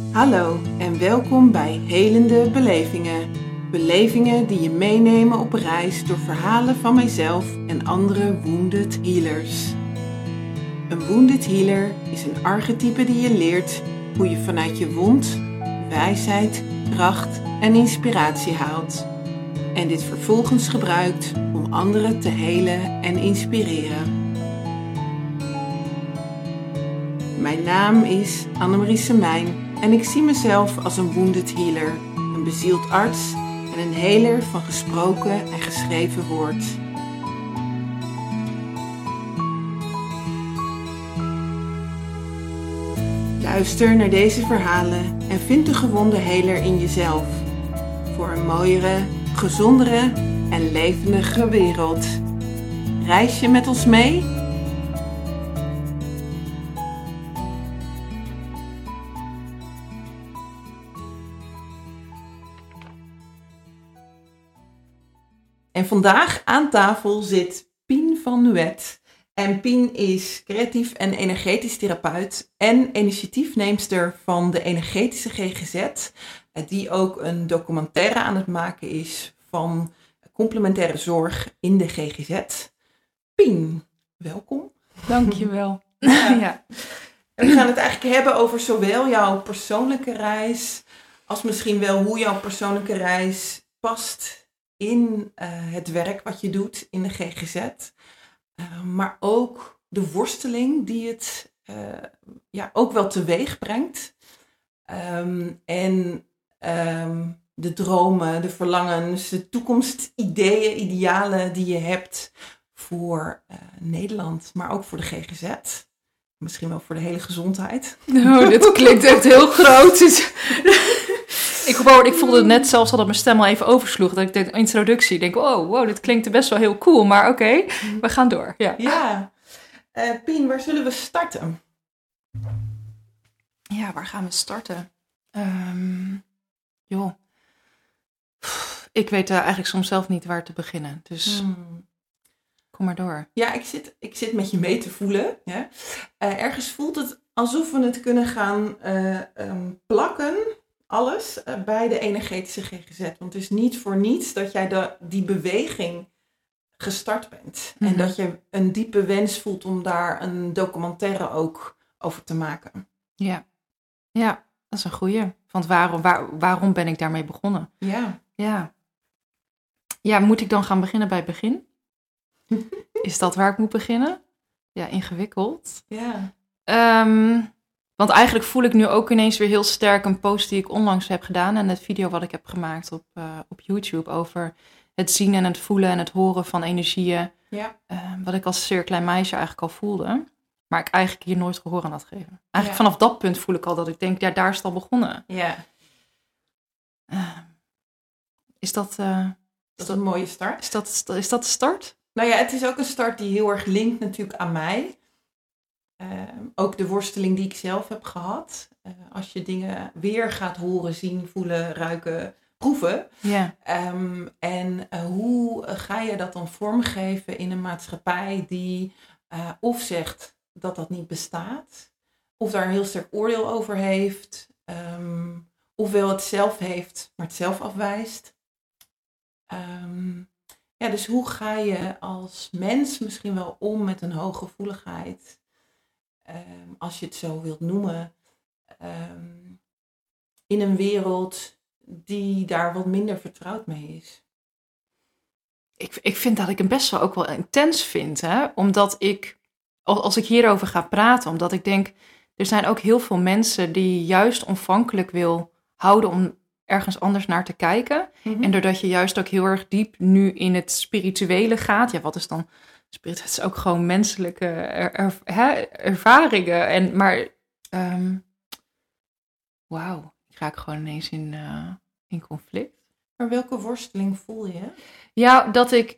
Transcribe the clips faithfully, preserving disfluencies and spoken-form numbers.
Hallo en welkom bij Helende Belevingen. Belevingen die je meenemen op reis door verhalen van mijzelf en andere wounded healers. Een wounded healer is een archetype die je leert hoe je vanuit je wond wijsheid, kracht en inspiratie haalt. En dit vervolgens gebruikt om anderen te helen en inspireren. Mijn naam is Annemarie Semijn en ik zie mezelf als een wounded healer, een bezield arts en een heler van gesproken en geschreven woord. Luister naar deze verhalen en vind de gewonde heler in jezelf. Voor een mooiere, gezondere en levendige wereld. Reis je met ons mee? En vandaag aan tafel zit Pien van Nuet. En Pien is creatief en energetisch therapeut en initiatiefneemster van de Energetische G G Z. Die ook een documentaire aan het maken is van complementaire zorg in de G G Z. Pien, welkom. Dankjewel. Ja. Ja. En we gaan het eigenlijk hebben over zowel jouw persoonlijke reis als misschien wel hoe jouw persoonlijke reis past in uh, het werk wat je doet in de G G Z. Uh, maar ook de worsteling die het uh, ja, ook wel teweeg brengt. Um, en um, de dromen, de verlangens, de toekomstideeën, idealen die je hebt voor uh, Nederland, maar ook voor de G G Z. Misschien wel voor de hele gezondheid. Nou, dit klinkt echt heel groot. ik, gewoon, ik voelde het net zelfs al dat mijn stem al even oversloeg. Dat ik de introductie denk, oh, wow, dit klinkt best wel heel cool. Maar oké, okay, we gaan door. Ja, ja. Uh, Pien, waar zullen we starten? Ja, waar gaan we starten? Um, joh, ik weet uh, eigenlijk soms zelf niet waar te beginnen. Dus hmm. kom maar door. Ja, ik zit, ik zit met je mee te voelen. Ja. Uh, ergens voelt het alsof we het kunnen gaan uh, um, plakken, alles, uh, bij de energetische G G Z. Want het is niet voor niets dat jij de, die beweging gestart bent. Mm-hmm. En dat je een diepe wens voelt om daar een documentaire ook over te maken. Ja, ja, dat is een goeie. Want waarom, waar, waarom ben ik daarmee begonnen? Ja. Ja. Ja, moet ik dan gaan beginnen bij het begin? Is dat waar ik moet beginnen? Ja, ingewikkeld. Ja. Um, want eigenlijk voel ik nu ook ineens weer heel sterk een post die ik onlangs heb gedaan. En het video wat ik heb gemaakt op, uh, op YouTube over het zien en het voelen en het horen van energieën. Ja. Uh, wat ik als zeer klein meisje eigenlijk al voelde. Maar ik eigenlijk hier nooit gehoor aan had gegeven. Eigenlijk ja. vanaf dat punt voel ik al dat ik denk, ja, daar is het al begonnen. Ja. Uh, is dat... Uh, dat is een mooie start. Is dat, is dat de start? Nou ja, het is ook een start die heel erg linkt natuurlijk aan mij. Uh, ook de worsteling die ik zelf heb gehad. Uh, als je dingen weer gaat horen, zien, voelen, ruiken, proeven. Ja. Um, en uh, hoe ga je dat dan vormgeven in een maatschappij die uh, of zegt dat dat niet bestaat. Of daar een heel sterk oordeel over heeft. Um, ofwel het zelf heeft, maar het zelf afwijst. Um, Ja, dus hoe ga je als mens misschien wel om met een hooggevoeligheid, um, als je het zo wilt noemen, um, in een wereld die daar wat minder vertrouwd mee is? Ik, ik vind dat ik hem best wel ook wel intens vind, hè? Omdat ik, als ik hierover ga praten, omdat ik denk, er zijn ook heel veel mensen die juist ontvankelijk wil houden om ergens anders naar te kijken. Mm-hmm. En doordat je juist ook heel erg diep nu in het spirituele gaat. Ja, wat is dan spirit? Het is ook gewoon menselijke er, er, hè, ervaringen. En, maar, um, wauw, ik raak gewoon ineens in, uh, in conflict. Maar welke worsteling voel je? Ja, dat ik,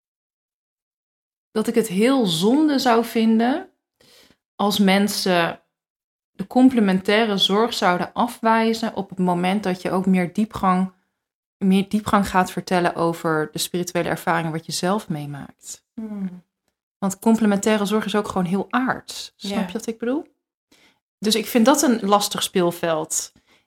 dat ik het heel zonde zou vinden als mensen de complementaire zorg zouden afwijzen op het moment dat je ook meer diepgang, meer diepgang gaat vertellen over de spirituele ervaringen wat je zelf meemaakt. Hmm. Want complementaire zorg is ook gewoon heel aards. Snap Ja. je wat ik bedoel? Dus ik vind dat een lastig speelveld.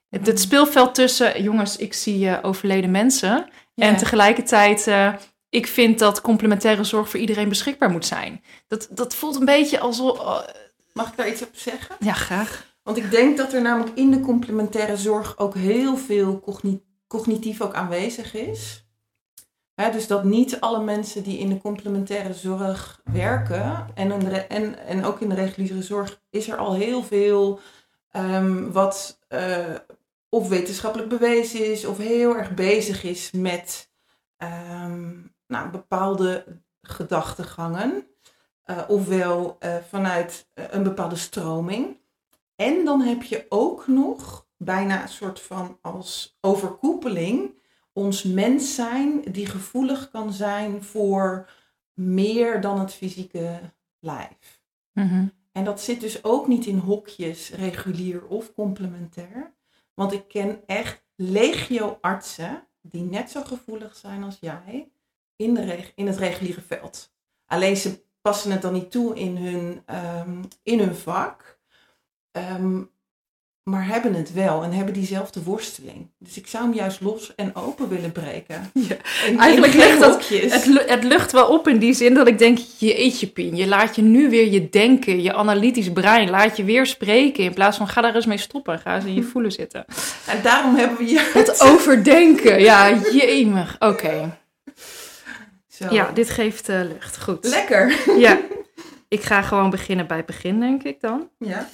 Het, het speelveld tussen, jongens, ik zie uh, overleden mensen. Ja. En tegelijkertijd, uh, ik vind dat complementaire zorg voor iedereen beschikbaar moet zijn. Dat, dat voelt een beetje alsof... Uh, Mag ik daar iets op zeggen? Ja, graag. Want ik denk dat er namelijk in de complementaire zorg ook heel veel cogni- cognitief ook aanwezig is. Hè, dus dat niet alle mensen die in de complementaire zorg werken en, in de re- en, en ook in de reguliere zorg is er al heel veel um, wat uh, of wetenschappelijk bewezen is of heel erg bezig is met um, nou, bepaalde gedachtegangen. Uh, ofwel uh, vanuit uh, een bepaalde stroming. En dan heb je ook nog bijna een soort van als overkoepeling ons mens zijn die gevoelig kan zijn voor meer dan het fysieke lijf. Mm-hmm. En dat zit dus ook niet in hokjes, regulier of complementair. Want ik ken echt legio artsen die net zo gevoelig zijn als jij in, de reg- in het reguliere veld. Alleen ze passen het dan niet toe in hun, um, in hun vak. Um, maar hebben het wel en hebben diezelfde worsteling. Dus ik zou hem juist los en open willen breken. Ja. En Eigenlijk ligt dat, het, het lucht wel op in die zin dat ik denk, jeetje Pien, je laat je nu weer je denken, je analytisch brein, laat je weer spreken. In plaats van ga daar eens mee stoppen, ga eens in je voelen zitten. En daarom hebben we je... Het overdenken, ja, jemig. Oké. Okay. Zo. Ja, dit geeft uh, lucht. Goed. Lekker. Ja, ik ga gewoon beginnen bij het begin, denk ik dan. Ja.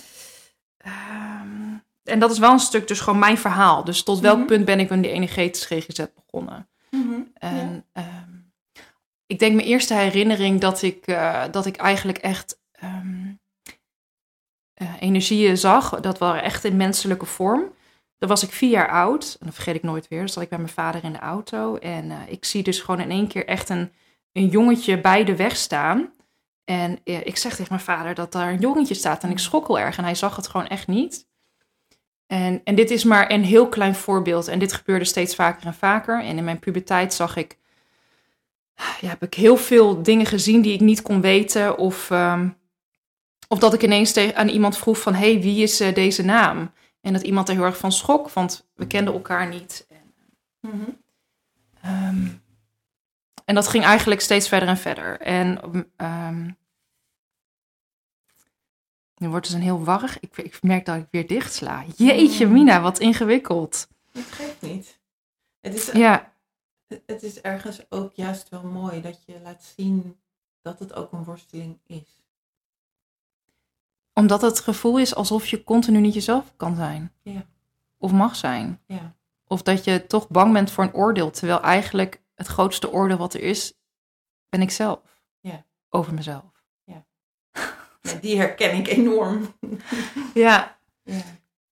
Um, en dat is wel een stuk dus gewoon mijn verhaal. Dus tot welk mm-hmm. punt ben ik in die energetische G G Z begonnen? Mm-hmm. En ja. um, ik denk mijn eerste herinnering dat ik, uh, dat ik eigenlijk echt um, uh, energieën zag. Dat waren echt in menselijke vorm. Dan was ik vier jaar oud. En dat vergeet ik nooit weer. Dan zat ik bij mijn vader in de auto. En uh, ik zie dus gewoon in één keer echt een, een jongetje bij de weg staan. En uh, ik zeg tegen mijn vader dat daar een jongetje staat. En ik schrok heel erg. En hij zag het gewoon echt niet. En, en dit is maar een heel klein voorbeeld. En dit gebeurde steeds vaker en vaker. En in mijn puberteit zag ik... Ja, heb ik heel veel dingen gezien die ik niet kon weten. Of, um, of dat ik ineens tegen, aan iemand vroeg van... Hé, hey, wie is uh, deze naam? En dat iemand er heel erg van schrok, want we kenden elkaar niet. En, mm-hmm. um, en dat ging eigenlijk steeds verder en verder. En um, nu wordt het een heel warrig. Ik, ik merk dat ik weer dicht sla. Jeetje, mm. Mina, wat ingewikkeld. Dat geeft niet. Het is, ja. het is ergens ook juist wel mooi dat je laat zien dat het ook een worsteling is. Omdat het gevoel is alsof je continu niet jezelf kan zijn. Ja. Of mag zijn. Ja. Of dat je toch bang bent voor een oordeel. Terwijl eigenlijk het grootste oordeel wat er is, ben ik zelf. Ja. Over mezelf. Ja. Ja, die herken ik enorm. Ja. Ja.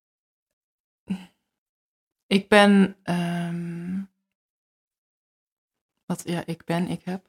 Ik ben... Um, wat, ja, ik ben, ik heb...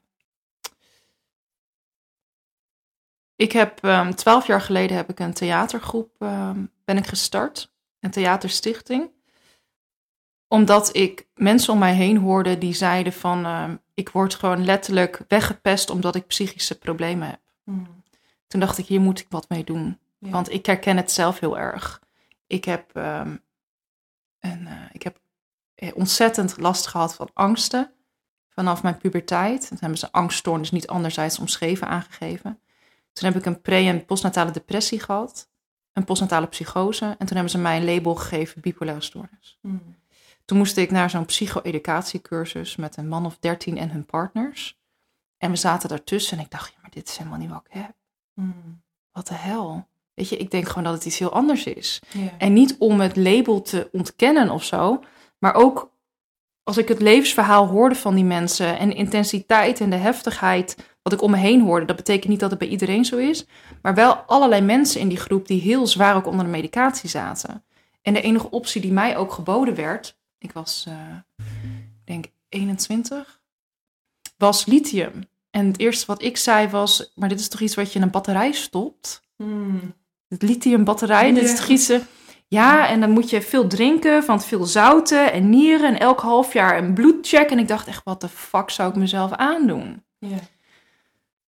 Ik heb um, twaalf jaar geleden heb ik een theatergroep um, ben ik gestart. Een theaterstichting. Omdat ik mensen om mij heen hoorde die zeiden van... Um, ik word gewoon letterlijk weggepest omdat ik psychische problemen heb. Hmm. Toen dacht ik, hier moet ik wat mee doen. Ja. Want ik herken het zelf heel erg. Ik heb, um, een, uh, ik heb ontzettend last gehad van angsten. Vanaf mijn puberteit. Dat hebben ze angststoornis niet anderzijds omschreven aangegeven. Toen heb ik een pre- en postnatale depressie gehad. Een postnatale psychose. En toen hebben ze mij een label gegeven, bipolaire stoornis. Hmm. Toen moest ik naar zo'n psycho-educatiecursus met een man of dertien en hun partners. En we zaten daartussen en ik dacht, ja, maar dit is helemaal niet wat ik heb. Hmm. Wat de hel? Weet je, ik denk gewoon dat het iets heel anders is. Ja. En niet om het label te ontkennen of zo, maar ook als ik het levensverhaal hoorde van die mensen en de intensiteit en de heftigheid wat ik om me heen hoorde, dat betekent niet dat het bij iedereen zo is, maar wel allerlei mensen in die groep die heel zwaar ook onder de medicatie zaten. En de enige optie die mij ook geboden werd, ik was, uh, ik denk eenentwintig, was lithium. En het eerste wat ik zei was, maar dit is toch iets wat je in een batterij stopt? Hmm. Het lithiumbatterij, Ja. dit is toch iets... Uh, ja, en dan moet je veel drinken van veel zouten en nieren en elk half jaar een bloedcheck. En ik dacht echt, wat de fuck zou ik mezelf aandoen? Ja.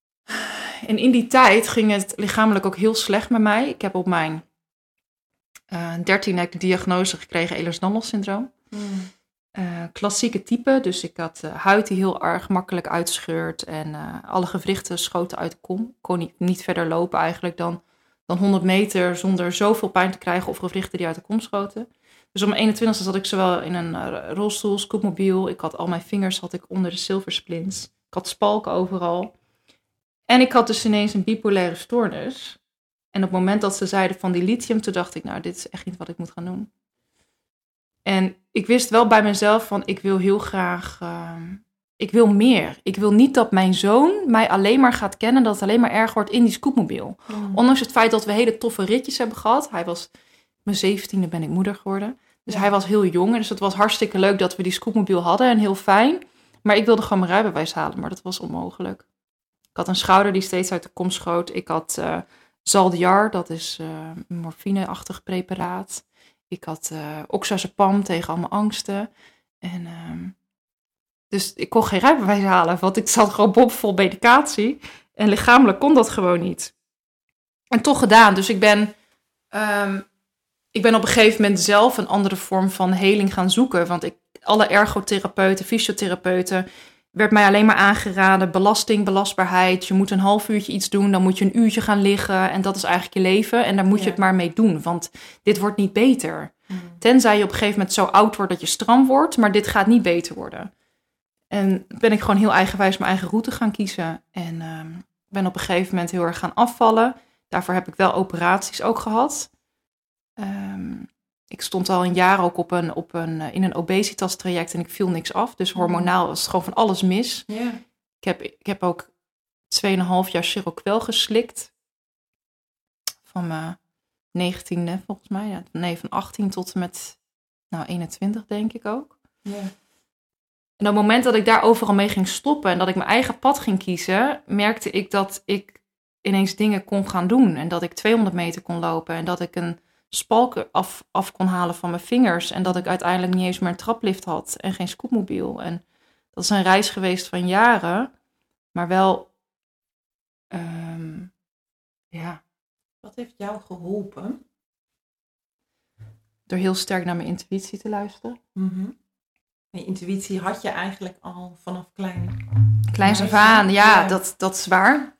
En in die tijd ging het lichamelijk ook heel slecht met mij. Ik heb op mijn Uh, dertien heb ik de diagnose gekregen Ehlers-Danlos syndroom. Mm. Uh, klassieke type, dus ik had uh, huid die heel erg makkelijk uitscheurt en uh, alle gewrichten schoten uit de kom. Kon niet, niet verder lopen eigenlijk dan, dan honderd meter zonder zoveel pijn te krijgen of gewrichten die uit de kom schoten. Dus op mijn eenentwintigste zat ik zowel in een uh, rolstoel, scootmobiel. Ik had al mijn vingers had ik onder de silversplints. Ik had spalken overal. En ik had dus ineens een bipolaire stoornis. En op het moment dat ze zeiden van die lithium, toen dacht ik, nou, dit is echt niet wat ik moet gaan doen. En ik wist wel bij mezelf van, ik wil heel graag, uh, ik wil meer. Ik wil niet dat mijn zoon mij alleen maar gaat kennen, dat het alleen maar erg wordt in die scootmobiel. Mm. Ondanks het feit dat we hele toffe ritjes hebben gehad. Hij was, mijn zeventiende ben ik moeder geworden. Dus ja. Hij was heel jong. Dus het was hartstikke leuk dat we die scootmobiel hadden en heel fijn. Maar ik wilde gewoon mijn rijbewijs halen, maar dat was onmogelijk. Ik had een schouder die steeds uit de kom schoot. Ik had uh, Zaldiar, dat is uh, een morfine-achtig preparaat. Ik had uh, oxazepam tegen al mijn angsten. En, uh, dus ik kon geen rijbewijs halen, want ik zat gewoon bomvol medicatie. En lichamelijk kon dat gewoon niet. En toch gedaan. Dus ik ben, um, ik ben op een gegeven moment zelf een andere vorm van heling gaan zoeken. Want ik, alle ergotherapeuten, fysiotherapeuten, werd mij alleen maar aangeraden. Belasting, belastbaarheid. Je moet een half uurtje iets doen, dan moet je een uurtje gaan liggen. En dat is eigenlijk je leven. En daar moet je ja. het maar mee doen, want dit wordt niet beter. Mm. Tenzij je op een gegeven moment zo oud wordt dat je stram wordt. Maar dit gaat niet beter worden. En ben ik gewoon heel eigenwijs mijn eigen route gaan kiezen. En uh, ben op een gegeven moment heel erg gaan afvallen. Daarvoor heb ik wel operaties ook gehad. Um, ik stond al een jaar ook op een, op een, in een obesitas traject en ik viel niks af. Dus hormonaal was het gewoon van alles mis. Yeah. Ik, heb, ik heb ook tweeënhalf jaar Seroquel geslikt. Van mijn negentiende volgens mij. Ja, nee, van achttien tot en met nou, eenentwintig denk ik ook. Yeah. En op het moment dat ik daar overal mee ging stoppen en dat ik mijn eigen pad ging kiezen, merkte ik dat ik ineens dingen kon gaan doen. En dat ik tweehonderd meter kon lopen en dat ik een spalken af, af kon halen van mijn vingers. En dat ik uiteindelijk niet eens meer een traplift had en geen scootmobiel. En dat is een reis geweest van jaren. Maar wel, um, ja. Wat heeft jou geholpen? Door heel sterk naar mijn intuïtie te luisteren. Mm-hmm. Je intuïtie had je eigenlijk al vanaf klein. Kleins af aan, ja, ja. Dat, dat is waar.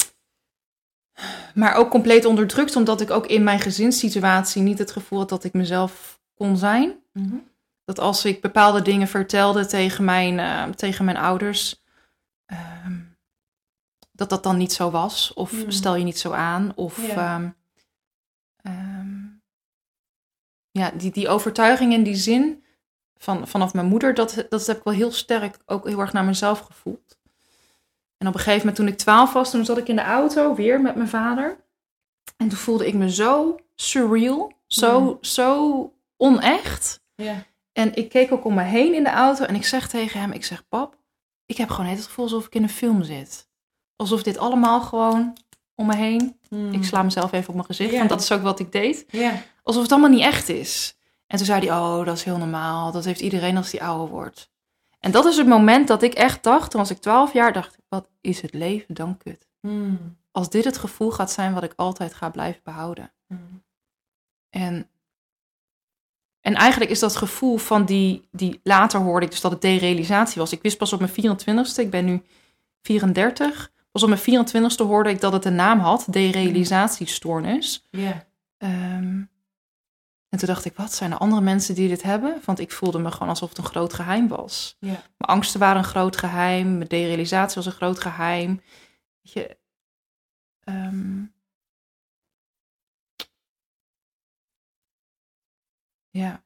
Maar ook compleet onderdrukt, omdat ik ook in mijn gezinssituatie niet het gevoel had dat ik mezelf kon zijn. Mm-hmm. Dat als ik bepaalde dingen vertelde tegen mijn, uh, tegen mijn ouders, uh, dat dat dan niet zo was. Of mm. stel je niet zo aan. Of yeah. um, um, ja, die, die overtuiging in die zin van, vanaf mijn moeder, dat, dat heb ik wel heel sterk ook heel erg naar mezelf gevoeld. En op een gegeven moment toen ik twaalf was, toen zat ik in de auto weer met mijn vader. En toen voelde ik me zo surreal, zo, mm. zo onecht. Yeah. En ik keek ook om me heen in de auto en ik zeg tegen hem, ik zeg, pap, ik heb gewoon het gevoel alsof ik in een film zit. Alsof dit allemaal gewoon om me heen, mm. ik sla mezelf even op mijn gezicht, yeah. want dat is ook wat ik deed. Yeah. Alsof het allemaal niet echt is. En toen zei hij, oh, dat is heel normaal, dat heeft iedereen als die ouder wordt. En dat is het moment dat ik echt dacht, toen was ik twaalf jaar, dacht ik, wat is het leven dan kut. Mm. Als dit het gevoel gaat zijn wat ik altijd ga blijven behouden. Mm. En, en eigenlijk is dat gevoel van die, die later hoorde ik dus dat het derealisatie was. Ik wist pas op mijn vierentwintigste, ik ben nu vierendertig. Pas op mijn vierentwintigste hoorde ik dat het een naam had, derealisatiestoornis. Yeah. Um, En toen dacht ik, wat zijn er andere mensen die dit hebben? Want ik voelde me gewoon alsof het een groot geheim was. Yeah. Mijn angsten waren een groot geheim. Mijn derealisatie was een groot geheim. Weet je, um, ja.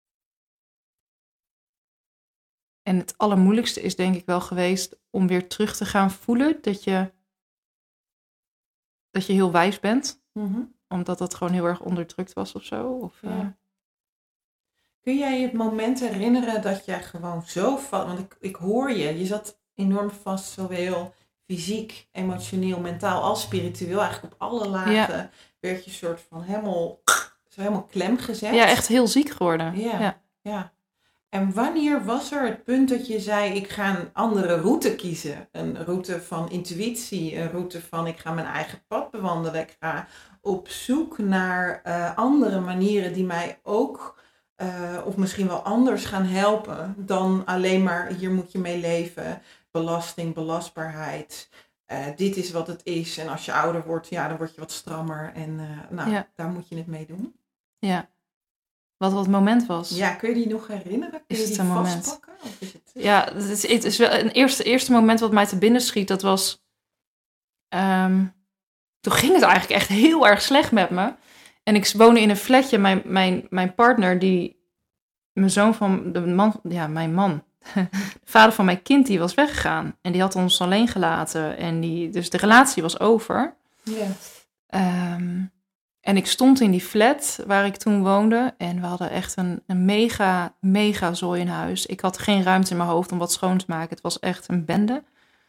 En het allermoeilijkste is denk ik wel geweest om weer terug te gaan voelen dat je, dat je heel wijs bent. Mm-hmm. Omdat dat gewoon heel erg onderdrukt was of zo. Of, ja. uh... Kun jij je het moment herinneren dat jij gewoon zo vast... Want ik, ik hoor je, je zat enorm vast, zowel fysiek, emotioneel, mentaal als spiritueel. Eigenlijk op alle lagen ja. werd je soort van helemaal, zo helemaal klem gezet. Ja, echt heel ziek geworden. Ja, ja. ja. En wanneer was er het punt dat je zei, ik ga een andere route kiezen? Een route van intuïtie, een route van ik ga mijn eigen pad bewandelen. Ik ga op zoek naar uh, andere manieren die mij ook, uh, of misschien wel anders gaan helpen dan alleen maar hier moet je mee leven, belasting, belastbaarheid. Uh, dit is wat het is en als je ouder wordt, ja, dan word je wat strammer en uh, nou, ja. daar moet je het mee doen. Ja. Wat wat het moment was. Ja, kun je die nog herinneren? Kun is je het die een vastpakken? moment? Of is het... Ja, het is, het is wel een eerste, eerste moment wat mij te binnen schiet. Dat was... Um, toen ging het eigenlijk echt heel erg slecht met me. En ik woonde in een flatje. Mijn, mijn, mijn partner, die... Mijn zoon van... De man, ja, mijn man. De vader van mijn kind, die was weggegaan. En die had ons alleen gelaten. En die, dus de relatie was over. Ja. Um, En ik stond in die flat waar ik toen woonde. En we hadden echt een, een mega, mega zooi in huis. Ik had geen ruimte in mijn hoofd om wat schoon te maken. Het was echt een bende.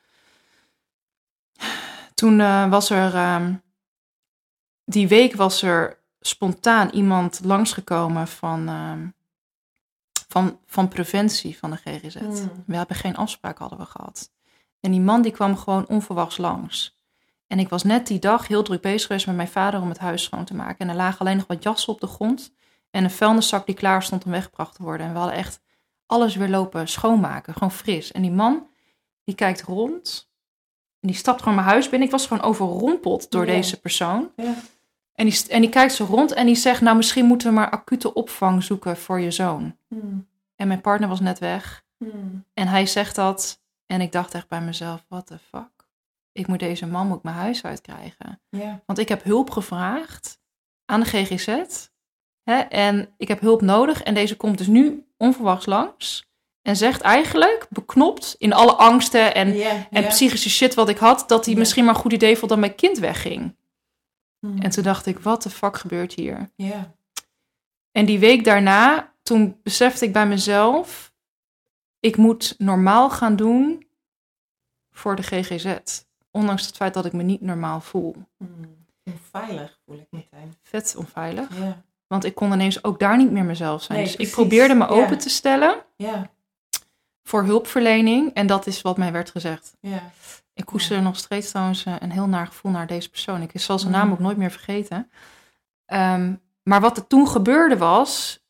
Toen uh, was er... Uh, die week was er spontaan iemand langsgekomen van, uh, van, van preventie van de G G Z. Mm. We hebben geen afspraak hadden we gehad. En die man die kwam gewoon onverwachts langs. En ik was net die dag heel druk bezig geweest met mijn vader om het huis schoon te maken. En er lagen alleen nog wat jassen op de grond. En een vuilniszak die klaar stond om weggebracht te worden. En we hadden echt alles weer lopen schoonmaken. Gewoon fris. En die man, die kijkt rond. En die stapt gewoon mijn huis binnen. Ik was gewoon overrompeld door ja. deze persoon. Ja. En, die, en die kijkt zo rond en die zegt... Nou, misschien moeten we maar acute opvang zoeken voor je zoon. Hmm. En mijn partner was net weg. Hmm. En hij zegt dat. En ik dacht echt bij mezelf, what the fuck? Ik moet deze man moet ik mijn huis uitkrijgen. Ja. Want ik heb hulp gevraagd aan de G G Z. Hè, en ik heb hulp nodig. En deze komt dus nu onverwachts langs. En zegt eigenlijk, beknopt in alle angsten en, yeah, en yeah. psychische shit wat ik had... dat hij yeah. misschien maar een goed idee vond dat mijn kind wegging. Hmm. En toen dacht ik, wat de fuck gebeurt hier? Yeah. En die week daarna, toen besefte ik bij mezelf... ik moet normaal gaan doen voor de G G Z. Ondanks het feit dat ik me niet normaal voel. Hmm. Onveilig voel ik meteen. Vet onveilig. Yeah. Want ik kon ineens ook daar niet meer mezelf zijn. Nee, dus precies. ik probeerde me open yeah. te stellen yeah. voor hulpverlening. En dat is wat mij werd gezegd. Yeah. Ik koester yeah. nog steeds trouwens een heel naar gevoel naar deze persoon. Ik zal zijn mm. naam ook nooit meer vergeten. Um, maar wat er toen gebeurde was...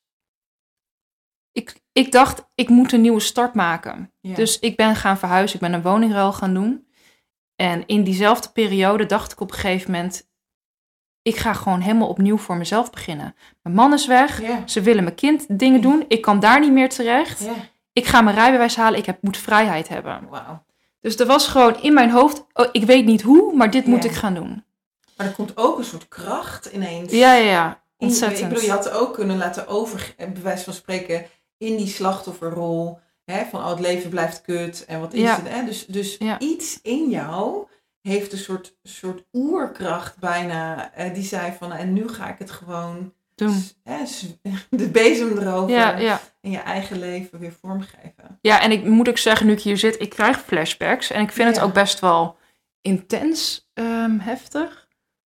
Ik, ik dacht, ik moet een nieuwe start maken. Yeah. Dus ik ben gaan verhuizen. Ik ben een woningruil gaan doen. En in diezelfde periode dacht ik op een gegeven moment... ik ga gewoon helemaal opnieuw voor mezelf beginnen. Mijn man is weg. Yeah. Ze willen mijn kind dingen doen. Ik kan daar niet meer terecht. Yeah. Ik ga mijn rijbewijs halen. Ik heb, moet vrijheid hebben. Wow. Dus er was gewoon in mijn hoofd... Oh, ik weet niet hoe, maar dit yeah. moet ik gaan doen. Maar er komt ook een soort kracht ineens. Ja, ja, ja. Ontzettend. Ik bedoel, je had ook kunnen laten over... bij wijze van spreken... in die slachtofferrol... Hè, van oh, het leven blijft kut en wat is ja. het. Hè? Dus, dus ja. iets in jou heeft een soort, soort oerkracht bijna. Eh, die zei van en nu ga ik het gewoon doen. Hè, de bezem erover ja, ja. en je eigen leven weer vormgeven. Ja, en ik moet ook zeggen, nu ik hier zit, ik krijg flashbacks. En ik vind ja. het ook best wel intens um, heftig.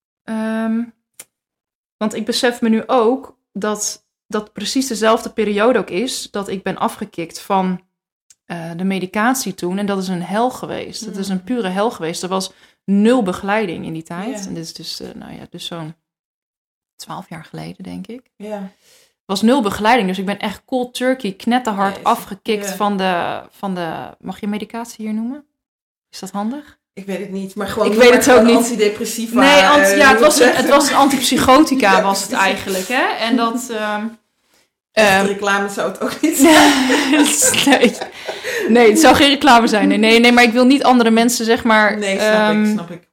Um, want ik besef me nu ook dat... dat precies dezelfde periode ook is... dat ik ben afgekikt van uh, de medicatie toen. En dat is een hel geweest. Mm. Dat is een pure hel geweest. Er was nul begeleiding in die tijd. Yeah. En dit is dus, uh, nou ja, dus zo'n twaalf jaar geleden, denk ik. Ja. Yeah. Was nul begeleiding. Dus ik ben echt cold turkey, knetterhard nee, afgekikt yeah. van, de, van de... Mag je medicatie hier noemen? Is dat handig? Ik weet het niet, maar gewoon... Ik weet het ook niet. Antidepressiva. Nee, anti, uh, ja, het was, een, het was een antipsychotica ja, was het eigenlijk, hè? En dat... Um, Echte um, reclame zou het ook niet zijn. nee, nee, het zou geen reclame zijn. Nee, nee, nee, maar ik wil niet andere mensen, zeg maar... Nee, snap um, ik, snap ik.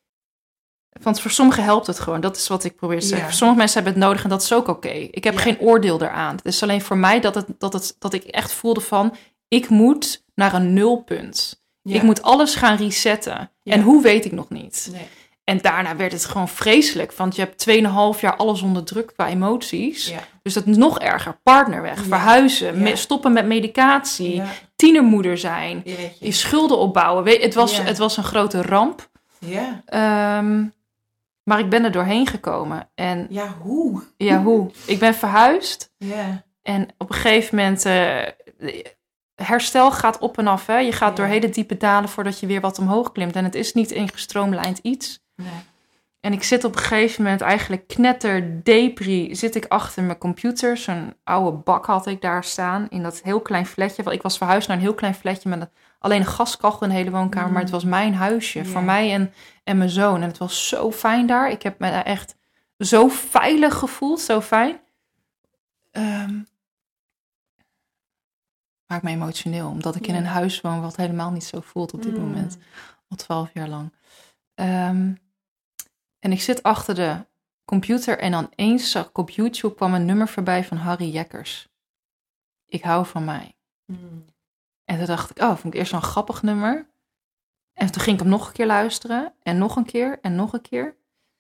Want voor sommigen helpt het gewoon. Dat is wat ik probeer te zeggen. Ja. Voor sommige mensen hebben het nodig en dat is ook oké. Okay. Ik heb ja. geen oordeel eraan. Het is alleen voor mij dat, het, dat, het, dat ik echt voelde van... ik moet naar een nulpunt. Ja. Ik moet alles gaan resetten. Ja. En hoe weet ik nog niet. Nee. En daarna werd het gewoon vreselijk. Want je hebt tweeënhalf jaar alles onder druk qua emoties. Ja. Dus dat is nog erger. Partner weg, ja. verhuizen, ja. me, stoppen met medicatie, ja. tienermoeder zijn, Jeetje. je schulden opbouwen. Weet, het, was, ja. het was een grote ramp. Ja. Um, maar ik ben er doorheen gekomen. En, ja, hoe? Ja, hoe? Ik ben verhuisd. Ja. En op een gegeven moment... Uh, herstel gaat op en af. Hè? Je gaat ja. door hele diepe dalen voordat je weer wat omhoog klimt. En het is niet een gestroomlijnd iets. Nee. En ik zit op een gegeven moment eigenlijk knetter depri, zit ik achter mijn computer. Zo'n oude bak had ik daar staan in dat heel klein flatje. Want ik was verhuisd naar een heel klein flatje met alleen een gaskachel in de hele woonkamer. Mm. Maar het was mijn huisje, yeah. voor mij en, en mijn zoon. En het was zo fijn daar. Ik heb me daar echt zo veilig gevoeld, zo fijn. Um, maakt me emotioneel, omdat ik yeah. in een huis woon wat helemaal niet zo voelt op dit mm. moment. Al twaalf jaar lang. Um, En ik zit achter de computer en dan eens zag ik op YouTube kwam een nummer voorbij van Harry Jekkers. Ik hou van mij. Mm. En toen dacht ik, oh, vond ik eerst zo'n grappig nummer. En toen ging ik hem nog een keer luisteren. En nog een keer en nog een keer.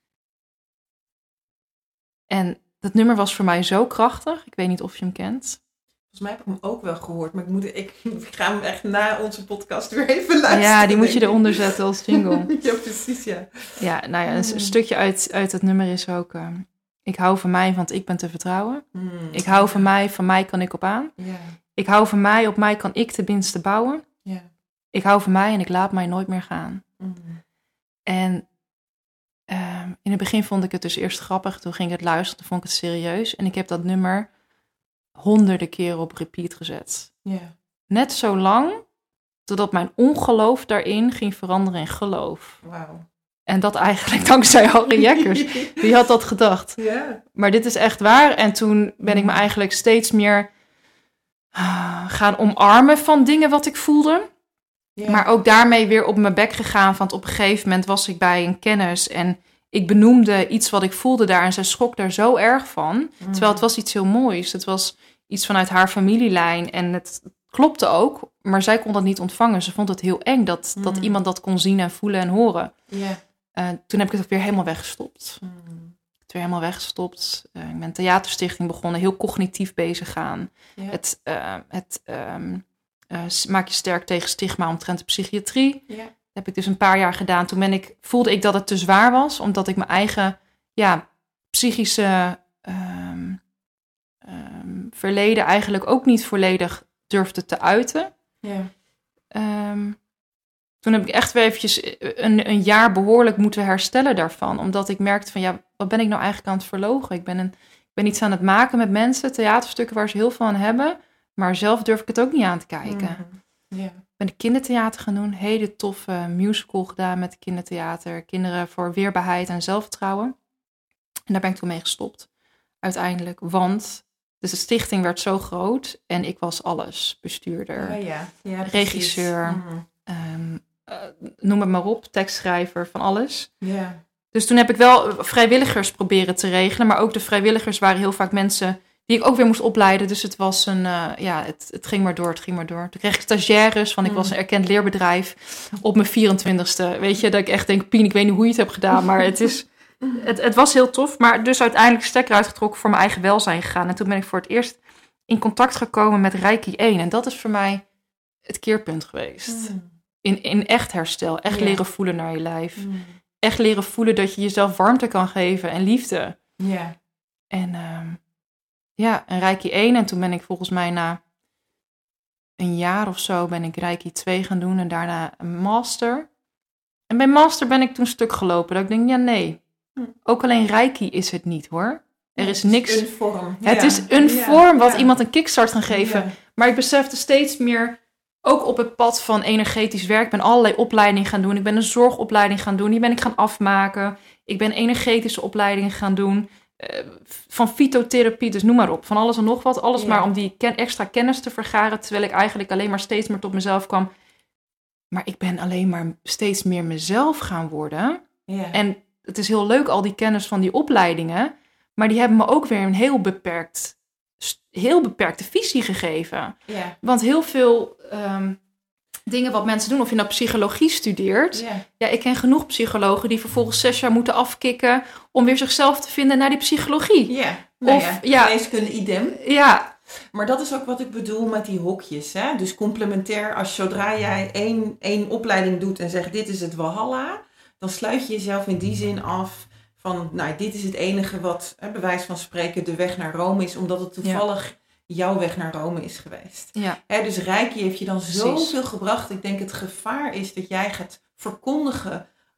En dat nummer was voor mij zo krachtig. Ik weet niet of je hem kent. Volgens mij heb ik hem ook wel gehoord. Maar ik, moet, ik, ik ga hem echt na onze podcast weer even luisteren. Ja, die moet je eronder zetten als jingle. Ja, precies, ja. Ja, nou ja, een mm. stukje uit, uit het nummer is ook... Uh, ik hou van mij, want ik ben te vertrouwen. Mm. Ik hou van mij, van mij kan ik op aan. Yeah. Ik hou van mij, op mij kan ik tenminste bouwen. Yeah. Ik hou van mij en ik laat mij nooit meer gaan. Mm. En uh, in het begin vond ik het dus eerst grappig. Toen ging ik het luisteren, toen vond ik het serieus. En ik heb dat nummer... honderden keren op repeat gezet. Yeah. Net zo lang, totdat mijn ongeloof daarin ging veranderen in geloof. Wow. En dat eigenlijk dankzij Harry Jekkers. Wie had dat gedacht? Yeah. Maar dit is echt waar. En toen ben ik me eigenlijk steeds meer uh, gaan omarmen van dingen wat ik voelde. Yeah. Maar ook daarmee weer op mijn bek gegaan. Want op een gegeven moment was ik bij een kennis en ik benoemde iets wat ik voelde daar en zij schrok daar zo erg van. Mm. Terwijl het was iets heel moois. Het was iets vanuit haar familielijn en het klopte ook. Maar zij kon dat niet ontvangen. Ze vond het heel eng dat, mm. dat iemand dat kon zien en voelen en horen. Yeah. Uh, toen heb ik het weer helemaal weggestopt. Mm. Ik heb het weer helemaal weggestopt. Uh, ik ben een theaterstichting begonnen. Heel cognitief bezig gaan. Yeah. Het, uh, het um, uh, maak je sterk tegen stigma omtrent de psychiatrie. Yeah. Dat heb ik dus een paar jaar gedaan. Toen ben ik, voelde ik dat het te zwaar was. Omdat ik mijn eigen ja, psychische um, um, verleden eigenlijk ook niet volledig durfde te uiten. Yeah. Um, toen heb ik echt weer eventjes een, een jaar behoorlijk moeten herstellen daarvan. Omdat ik merkte van ja, wat ben ik nou eigenlijk aan het verloochen? Ik ben, een, ik ben iets aan het maken met mensen. Theaterstukken waar ze heel veel aan hebben. Maar zelf durf ik het ook niet aan te kijken. Mm-hmm. Yeah. Ik ben de kindertheater gaan doen. Hele toffe musical gedaan met de kindertheater. Kinderen voor weerbaarheid en zelfvertrouwen. En daar ben ik toen mee gestopt. Uiteindelijk. Want dus de stichting werd zo groot. En ik was alles. Bestuurder. Oh, ja. Ja, regisseur. Mm-hmm. Um, uh, noem het maar op. Tekstschrijver. Van alles. Yeah. Dus toen heb ik wel vrijwilligers proberen te regelen. Maar ook de vrijwilligers waren heel vaak mensen die ik ook weer moest opleiden. Dus het was een, uh, ja, het, het ging maar door, het ging maar door. Toen kreeg ik stagiaires, want ik mm. was een erkend leerbedrijf op mijn vierentwintigste. Weet je, dat ik echt denk, Pien, ik weet niet hoe je het hebt gedaan, maar het is, het, het was heel tof. Maar dus uiteindelijk stekker uitgetrokken voor mijn eigen welzijn gegaan. En toen ben ik voor het eerst in contact gekomen met Reiki één. En dat is voor mij het keerpunt geweest. Mm. In, in echt herstel, echt yeah. leren voelen naar je lijf. Mm. Echt leren voelen dat je jezelf warmte kan geven en liefde. Yeah. En um, ja, een Reiki één. En toen ben ik volgens mij na een jaar of zo ben ik Reiki twee gaan doen. En daarna een master. En bij master ben ik toen stuk gelopen. Dat ik denk, ja nee. Hm. Ook alleen Reiki is het niet hoor. Er is niks. Het is een vorm. Het ja. is een ja. vorm wat ja. iemand een kickstart kan geven. Ja. Maar ik besefte steeds meer, ook op het pad van energetisch werk. Ik ben allerlei opleidingen gaan doen. Ik ben een zorgopleiding gaan doen. Die ben ik gaan afmaken. Ik ben energetische opleidingen gaan doen. Uh, van fytotherapie, dus noem maar op. Van alles en nog wat. Alles ja. maar om die ken- extra kennis te vergaren. Terwijl ik eigenlijk alleen maar steeds meer tot mezelf kwam. Maar ik ben alleen maar steeds meer mezelf gaan worden. Ja. En het is heel leuk, al die kennis van die opleidingen. Maar die hebben me ook weer een heel beperkt, heel beperkte visie gegeven. Ja. Want heel veel um, dingen wat mensen doen, of je nou psychologie studeert. Ja. ja, ik ken genoeg psychologen die vervolgens zes jaar moeten afkicken om weer zichzelf te vinden naar die psychologie. Ja, nou of, ja, ja. geneeskunde idem. Ja. Maar dat is ook wat ik bedoel met die hokjes. Hè? Dus complementair, als zodra jij één, één opleiding doet en zegt dit is het Walhalla, dan sluit je jezelf in die zin af van, nou, dit is het enige wat, hè, bij wijze van spreken, de weg naar Rome is, omdat het toevallig ja. jouw weg naar Rome is geweest. Ja. Hè, dus Reiki heeft je dan Precies. zoveel gebracht. Ik denk het gevaar is dat jij gaat verkondigen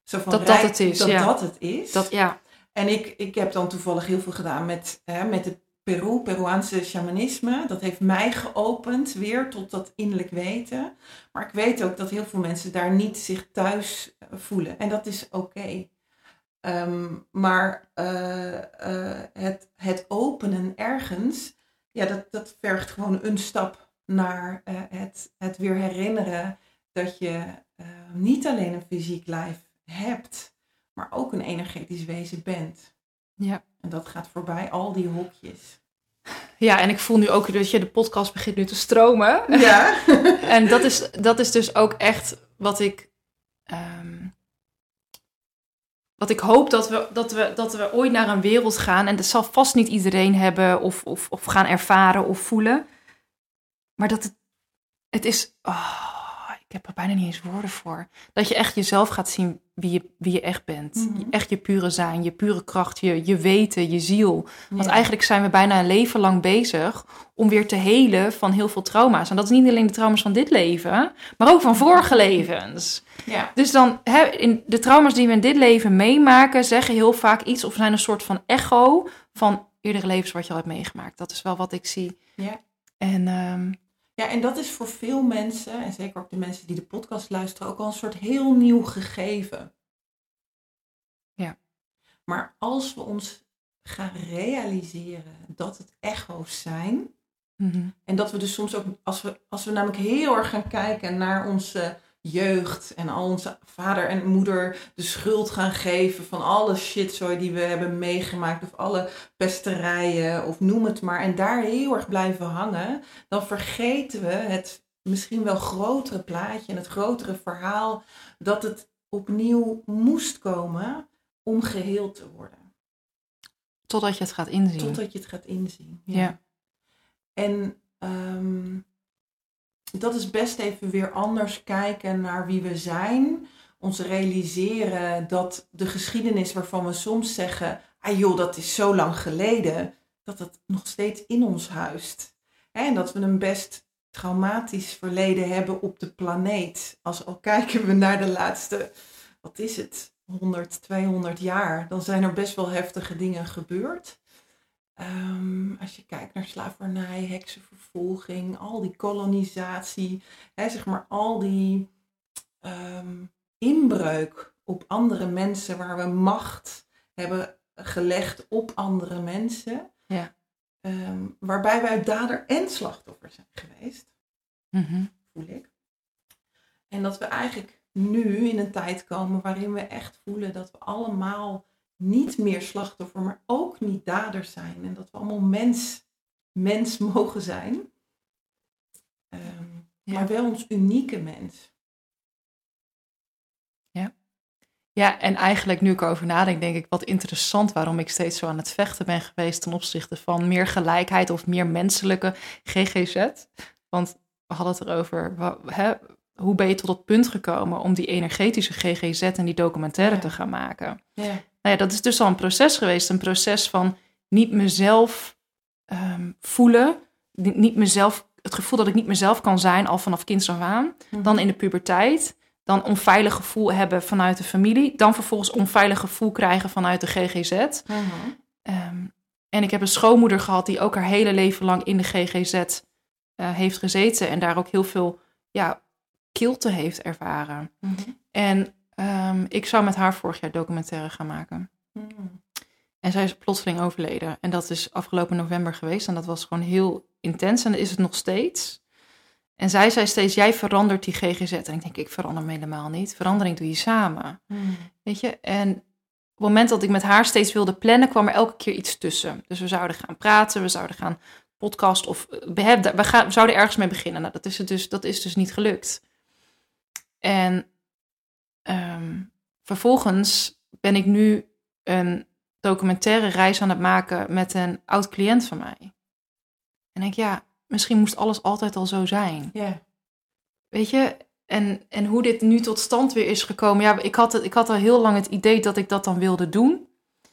Zo van dat rijk, dat het is. Dat ja. dat het is. Dat, ja. En ik, ik heb dan toevallig heel veel gedaan met, hè, met het Peru, Peruaanse shamanisme. Dat heeft mij geopend weer tot dat innerlijk weten. Maar ik weet ook dat heel veel mensen daar niet zich thuis voelen. En dat is oké. Okay. Um, maar uh, uh, het, het openen ergens, ja, dat, dat vergt gewoon een stap naar uh, het, het weer herinneren dat je uh, niet alleen een fysiek lijf hebt, maar ook een energetisch wezen bent. Ja. En dat gaat voorbij al die hokjes. Ja, en ik voel nu ook dat je de podcast begint nu te stromen. Ja. En dat is, dat is dus ook echt wat ik... Um, wat ik hoop dat we, dat, we, dat we ooit naar een wereld gaan. En dat zal vast niet iedereen hebben of, of, of gaan ervaren of voelen. Maar dat het, het is... Oh, ik heb er bijna niet eens woorden voor. Dat je echt jezelf gaat zien wie je, wie je echt bent. Mm-hmm. Echt je pure zijn, je pure kracht, je, je weten, je ziel. Ja. Want eigenlijk zijn we bijna een leven lang bezig om weer te helen van heel veel trauma's. En dat is niet alleen de trauma's van dit leven, maar ook van vorige levens. Ja. Dus dan, hè, in de trauma's die we in dit leven meemaken, zeggen heel vaak iets of zijn een soort van echo van eerdere levens wat je al hebt meegemaakt. Dat is wel wat ik zie. Ja. En... Um, Ja, en dat is voor veel mensen, en zeker ook de mensen die de podcast luisteren, ook al een soort heel nieuw gegeven. Ja. Maar als we ons gaan realiseren dat het echo's zijn, mm-hmm. en dat we dus soms ook, als we, als we namelijk heel erg gaan kijken naar onze jeugd en al onze vader en moeder de schuld gaan geven van alle shitzooi die we hebben meegemaakt of alle pesterijen of noem het maar en daar heel erg blijven hangen, dan vergeten we het misschien wel grotere plaatje en het grotere verhaal dat het opnieuw moest komen om geheeld te worden. Totdat je het gaat inzien. Totdat je het gaat inzien, ja. ja. En um, dat is best even weer anders kijken naar wie we zijn. Ons realiseren dat de geschiedenis waarvan we soms zeggen, ah joh, dat is zo lang geleden, dat het nog steeds in ons huist. En dat we een best traumatisch verleden hebben op de planeet. Als al kijken we naar de laatste, wat is het, honderd, tweehonderd jaar, dan zijn er best wel heftige dingen gebeurd. Um, als je kijkt naar slavernij, heksenvervolging, al die kolonisatie, hè, zeg maar al die um, inbreuk op andere mensen, waar we macht hebben gelegd op andere mensen, ja. um, waarbij wij dader en slachtoffer zijn geweest, mm-hmm. voel ik. En dat we eigenlijk nu in een tijd komen waarin we echt voelen dat we allemaal niet meer slachtoffer, maar ook niet dader zijn. En dat we allemaal mens, mens mogen zijn. Um, ja. Maar wel ons unieke mens. Ja. Ja, en eigenlijk nu ik erover nadenk, denk ik wat interessant waarom ik steeds zo aan het vechten ben geweest ten opzichte van meer gelijkheid of meer menselijke G G Z. Want we hadden het erover, hè, hoe ben je tot dat punt gekomen om die energetische G G Z en die documentaire ja. te gaan maken? Ja. Nou ja, dat is dus al een proces geweest. Een proces van niet mezelf um, voelen. Niet mezelf, het gevoel dat ik niet mezelf kan zijn al vanaf kinds af aan. Mm-hmm. Dan in de puberteit. Dan onveilig gevoel hebben vanuit de familie. Dan vervolgens onveilig gevoel krijgen vanuit de G G Z. Mm-hmm. Um, en ik heb een schoonmoeder gehad die ook haar hele leven lang in de G G Z uh, heeft gezeten. En daar ook heel veel ja, kilte heeft ervaren. Mm-hmm. En Um, ik zou met haar vorig jaar documentaire gaan maken. Mm. En zij is plotseling overleden. En dat is afgelopen november geweest. En dat was gewoon heel intens. En dat is het nog steeds. En zij zei steeds, jij verandert die G G Z. En ik denk, ik verander hem helemaal niet. Verandering doe je samen. Mm. Weet je? En op het moment dat ik met haar steeds wilde plannen, kwam er elke keer iets tussen. Dus we zouden gaan praten. We zouden gaan podcast. Of we, we, gaan, we zouden ergens mee beginnen. Nou, dat is, het dus, dat is dus niet gelukt. En Um, vervolgens ben ik nu een documentaire reis aan het maken met een oud cliënt van mij. En denk, ja, misschien moest alles altijd al zo zijn. Yeah. Weet je, en, en hoe dit nu tot stand weer is gekomen. Ja, ik had, het, ik had al heel lang het idee dat ik dat dan wilde doen.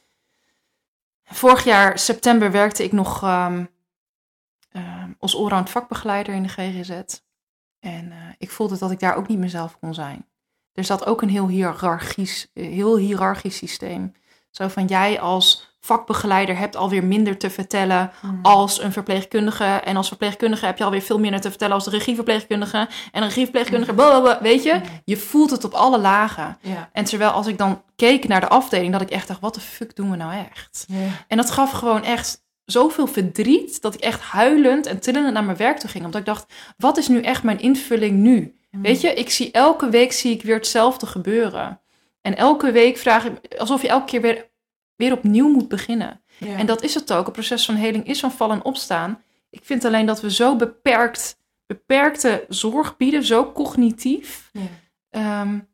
Vorig jaar, september, werkte ik nog um, um, als allround vakbegeleider in de G G Z. En uh, ik voelde dat ik daar ook niet mezelf kon zijn. er zat ook een heel hiërarchisch, heel hiërarchisch systeem. Zo van jij als vakbegeleider hebt alweer minder te vertellen mm. als een verpleegkundige. En als verpleegkundige heb je alweer veel minder te vertellen als de regieverpleegkundige. En een regieverpleegkundige, mm. blablabla, weet je? Mm. Je voelt het op alle lagen. Yeah. En terwijl als ik dan keek naar de afdeling, dat ik echt dacht, wat de fuck doen we nou echt? Yeah. En dat gaf gewoon echt zoveel verdriet, dat ik echt huilend en trillend naar mijn werk toe ging. Omdat ik dacht, wat is nu echt mijn invulling nu? Mm. Weet je, ik zie elke week zie ik weer hetzelfde gebeuren. En elke week vraag ik, alsof je elke keer weer, weer opnieuw moet beginnen. Ja. En dat is het ook. Het proces van heling is van vallen en opstaan. Ik vind alleen dat we zo beperkt, beperkte zorg bieden, zo cognitief. Ja. Um,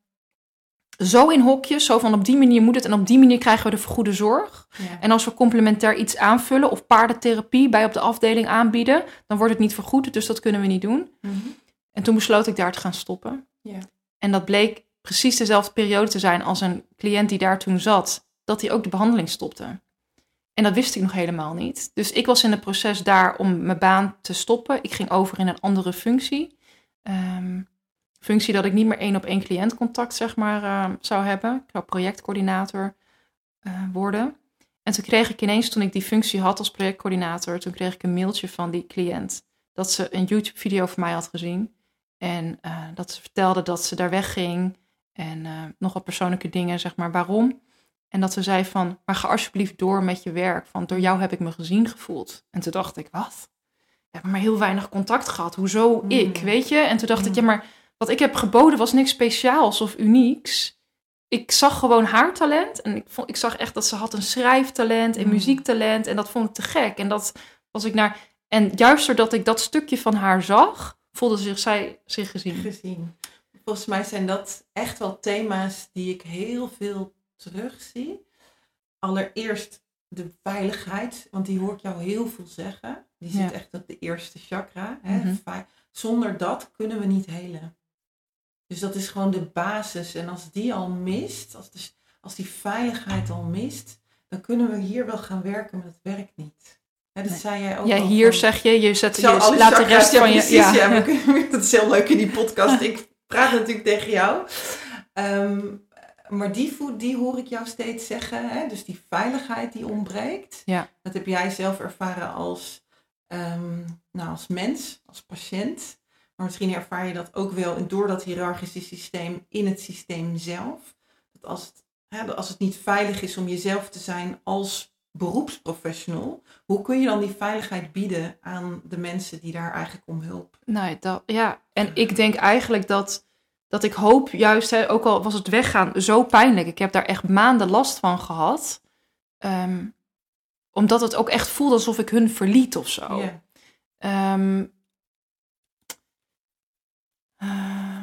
zo in hokjes, zo van op die manier moet het en op die manier krijgen we de vergoede zorg. Ja. En als we complementair iets aanvullen of paardentherapie bij op de afdeling aanbieden, dan wordt het niet vergoed, dus dat kunnen we niet doen. Mm-hmm. En toen besloot ik daar te gaan stoppen. Ja. En dat bleek precies dezelfde periode te zijn als een cliënt die daar toen zat, dat hij ook de behandeling stopte. En dat wist ik nog helemaal niet. Dus ik was in het proces daar om mijn baan te stoppen. Ik ging over in een andere functie. Um, functie dat ik niet meer één op één cliëntcontact zeg maar, uh, zou hebben. Ik zou projectcoördinator uh, worden. En toen kreeg ik ineens, toen ik die functie had als projectcoördinator, toen kreeg ik een mailtje van die cliënt dat ze een YouTube-video van mij had gezien. En uh, dat ze vertelde dat ze daar wegging. En uh, nog wat persoonlijke dingen, zeg maar, waarom. En dat ze zei van, maar ga alsjeblieft door met je werk. Want door jou heb ik me gezien gevoeld. En toen dacht ik, wat? We hebben maar heel weinig contact gehad. Hoezo mm. ik, weet je? En toen dacht mm. ik, ja, maar wat ik heb geboden was niks speciaals of unieks. Ik zag gewoon haar talent. En ik, vond, ik zag echt dat ze had een schrijftalent en mm. muziektalent. En dat vond ik te gek. En dat was ik naar. En juist doordat ik dat stukje van haar zag, voelde zich zij zich gezien. gezien. Volgens mij zijn dat echt wel thema's die ik heel veel terugzie. Allereerst de veiligheid, want die hoor ik jou heel veel zeggen. Die zit ja. echt op de eerste chakra. Hè? Mm-hmm. Zonder dat kunnen we niet helen. Dus dat is gewoon de basis. En als die al mist, als, de, als die veiligheid al mist, dan kunnen we hier wel gaan werken, maar dat werkt niet. Hè, dat nee. zei jij ook ja, al hier van, zeg je, je zet je laat de rest ja, van precies, je... Ja, ja. Ja, we, dat is heel leuk in die podcast. Ik praat natuurlijk tegen jou. Um, maar die, die hoor ik jou steeds zeggen. Hè? Dus die veiligheid die ontbreekt. Ja. Dat heb jij zelf ervaren als, um, nou, als mens, als patiënt. Maar misschien ervaar je dat ook wel door dat hiërarchische systeem in het systeem zelf. Dat als het, hè, als het niet veilig is om jezelf te zijn als beroepsprofessional, hoe kun je dan die veiligheid bieden aan de mensen die daar eigenlijk om hulp? Nou, dat, ja, en ik denk eigenlijk dat, dat ik hoop juist, hè, ook al was het weggaan zo pijnlijk, ik heb daar echt maanden last van gehad, um, omdat het ook echt voelde alsof ik hun verliet of zo. Yeah. Um, uh,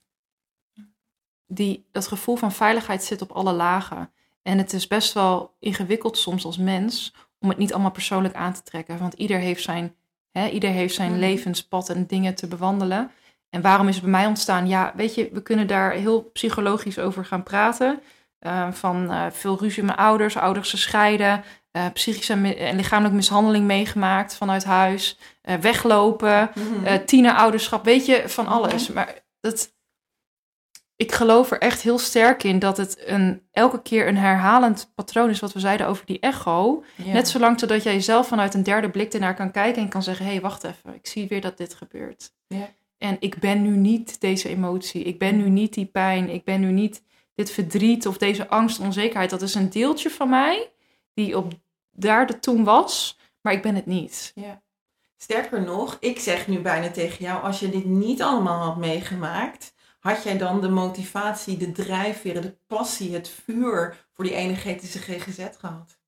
die, dat gevoel van veiligheid zit op alle lagen. En het is best wel ingewikkeld soms als mens om het niet allemaal persoonlijk aan te trekken. Want ieder heeft zijn, hè, ieder heeft zijn mm. levenspad en dingen te bewandelen. En waarom is het bij mij ontstaan? Ja, weet je, we kunnen daar heel psychologisch over gaan praten. Uh, van uh, veel ruzie met mijn ouders, ouders gescheiden, uh, psychische en lichamelijke mishandeling meegemaakt vanuit huis, uh, weglopen, mm-hmm. uh, tienerouderschap, weet je, van alles. Mm-hmm. Maar dat... Ik geloof er echt heel sterk in dat het een, elke keer een herhalend patroon is wat we zeiden over die echo. Ja. Net zolang totdat jij zelf vanuit een derde blik ernaar kan kijken en kan zeggen, hé, hey, wacht even, ik zie weer dat dit gebeurt. Ja. En ik ben nu niet deze emotie, ik ben nu niet die pijn, ik ben nu niet dit verdriet of deze angst, onzekerheid. Dat is een deeltje van mij die op daar de toen was, maar ik ben het niet. Ja. Sterker nog, ik zeg nu bijna tegen jou, als je dit niet allemaal had meegemaakt, had jij dan de motivatie, de drijfveren, de passie, het vuur voor die energetische G G Z gehad?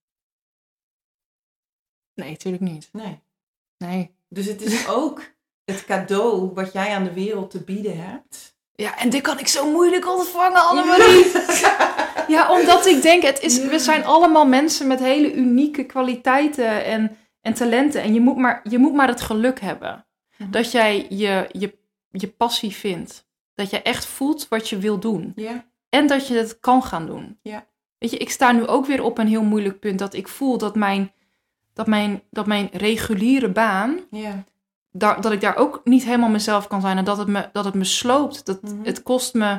Nee, natuurlijk niet. Nee. Nee. Dus het is ook het cadeau wat jij aan de wereld te bieden hebt. Ja, en dit kan ik zo moeilijk ontvangen, Annemarie. Ja, ja, omdat ik denk, het is, we zijn allemaal mensen met hele unieke kwaliteiten en, en talenten. En je moet maar, je moet maar het geluk hebben. Mm-hmm. Dat jij je, je, je passie vindt. Dat je echt voelt wat je wil doen. Yeah. En dat je het kan gaan doen. Yeah. Weet je, ik sta nu ook weer op een heel moeilijk punt. Dat ik voel dat mijn, dat mijn, dat mijn reguliere baan... Yeah. Daar, dat ik daar ook niet helemaal mezelf kan zijn. En dat het me, dat het me sloopt. Dat, mm-hmm. Het kost me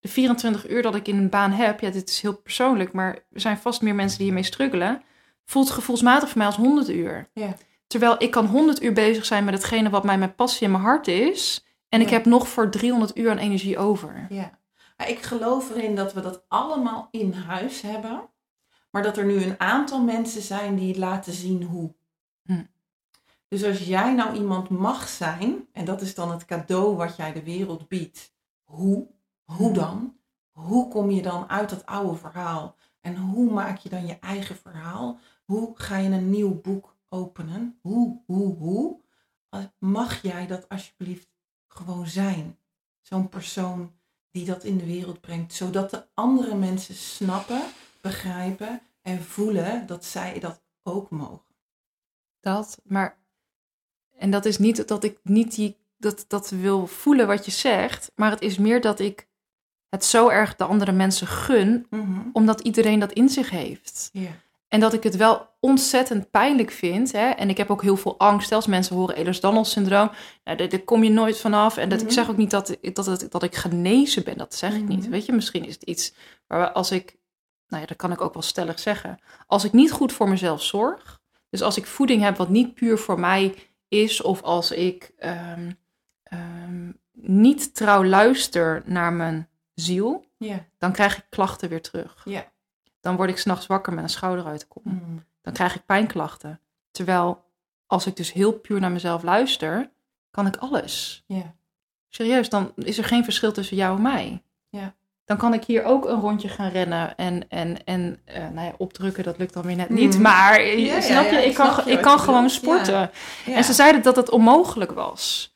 de vierentwintig uur dat ik in een baan heb, ja, dit is heel persoonlijk, maar er zijn vast meer mensen die hiermee struggelen, voelt gevoelsmatig voor mij als honderd uur. Ja. Terwijl ik kan honderd uur bezig zijn met hetgene wat mij mijn passie in mijn hart is. En ik Ja. heb nog voor driehonderd uur aan energie over. Ja. Maar ik geloof erin dat we dat allemaal in huis hebben. Maar dat er nu een aantal mensen zijn die laten zien hoe. Hm. Dus als jij nou iemand mag zijn, en dat is dan het cadeau wat jij de wereld biedt. Hoe? Hoe dan? Hoe kom je dan uit dat oude verhaal? En hoe maak je dan je eigen verhaal? Hoe ga je een nieuw boek openen? Hoe, hoe, hoe? Mag jij dat alsjeblieft gewoon zijn? Zo'n persoon die dat in de wereld brengt. Zodat de andere mensen snappen, begrijpen en voelen dat zij dat ook mogen. Dat, maar... En dat is niet dat ik niet die, dat, dat wil voelen wat je zegt. Maar het is meer dat ik het zo erg de andere mensen gun. Mm-hmm. Omdat iedereen dat in zich heeft. Ja. En dat ik het wel ontzettend pijnlijk vind. Hè? En ik heb ook heel veel angst. Als mensen horen Ehlers-Danlos-syndroom. Nou, daar, daar kom je nooit vanaf. En dat, Mm-hmm. ik zeg ook niet dat, dat, dat, dat ik genezen ben. Dat zeg Mm-hmm. ik niet. Weet je, misschien is het iets waar we, als ik... Nou ja, dat kan ik ook wel stellig zeggen. Als ik niet goed voor mezelf zorg. Dus als ik voeding heb wat niet puur voor mij is. Of als ik um, um, niet trouw luister naar mijn ziel. Ja. Dan krijg ik klachten weer terug. Ja. Dan word ik 's nachts wakker met een schouder uit de kom. Mm. Dan krijg ik pijnklachten. Terwijl als ik dus heel puur naar mezelf luister, kan ik alles. Ja. Serieus, dan is er geen verschil tussen jou en mij. Ja. Dan kan ik hier ook een rondje gaan rennen en, en, en uh, nou ja, opdrukken. Dat lukt dan weer net niet. Mm. Maar Ja, snap je, ja, ja, ik ik kan, snap je ik wat kan je gewoon bedoelt. sporten. Ja. Ja. En ze zeiden dat het onmogelijk was.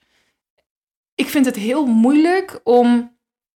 Ik vind het heel moeilijk om...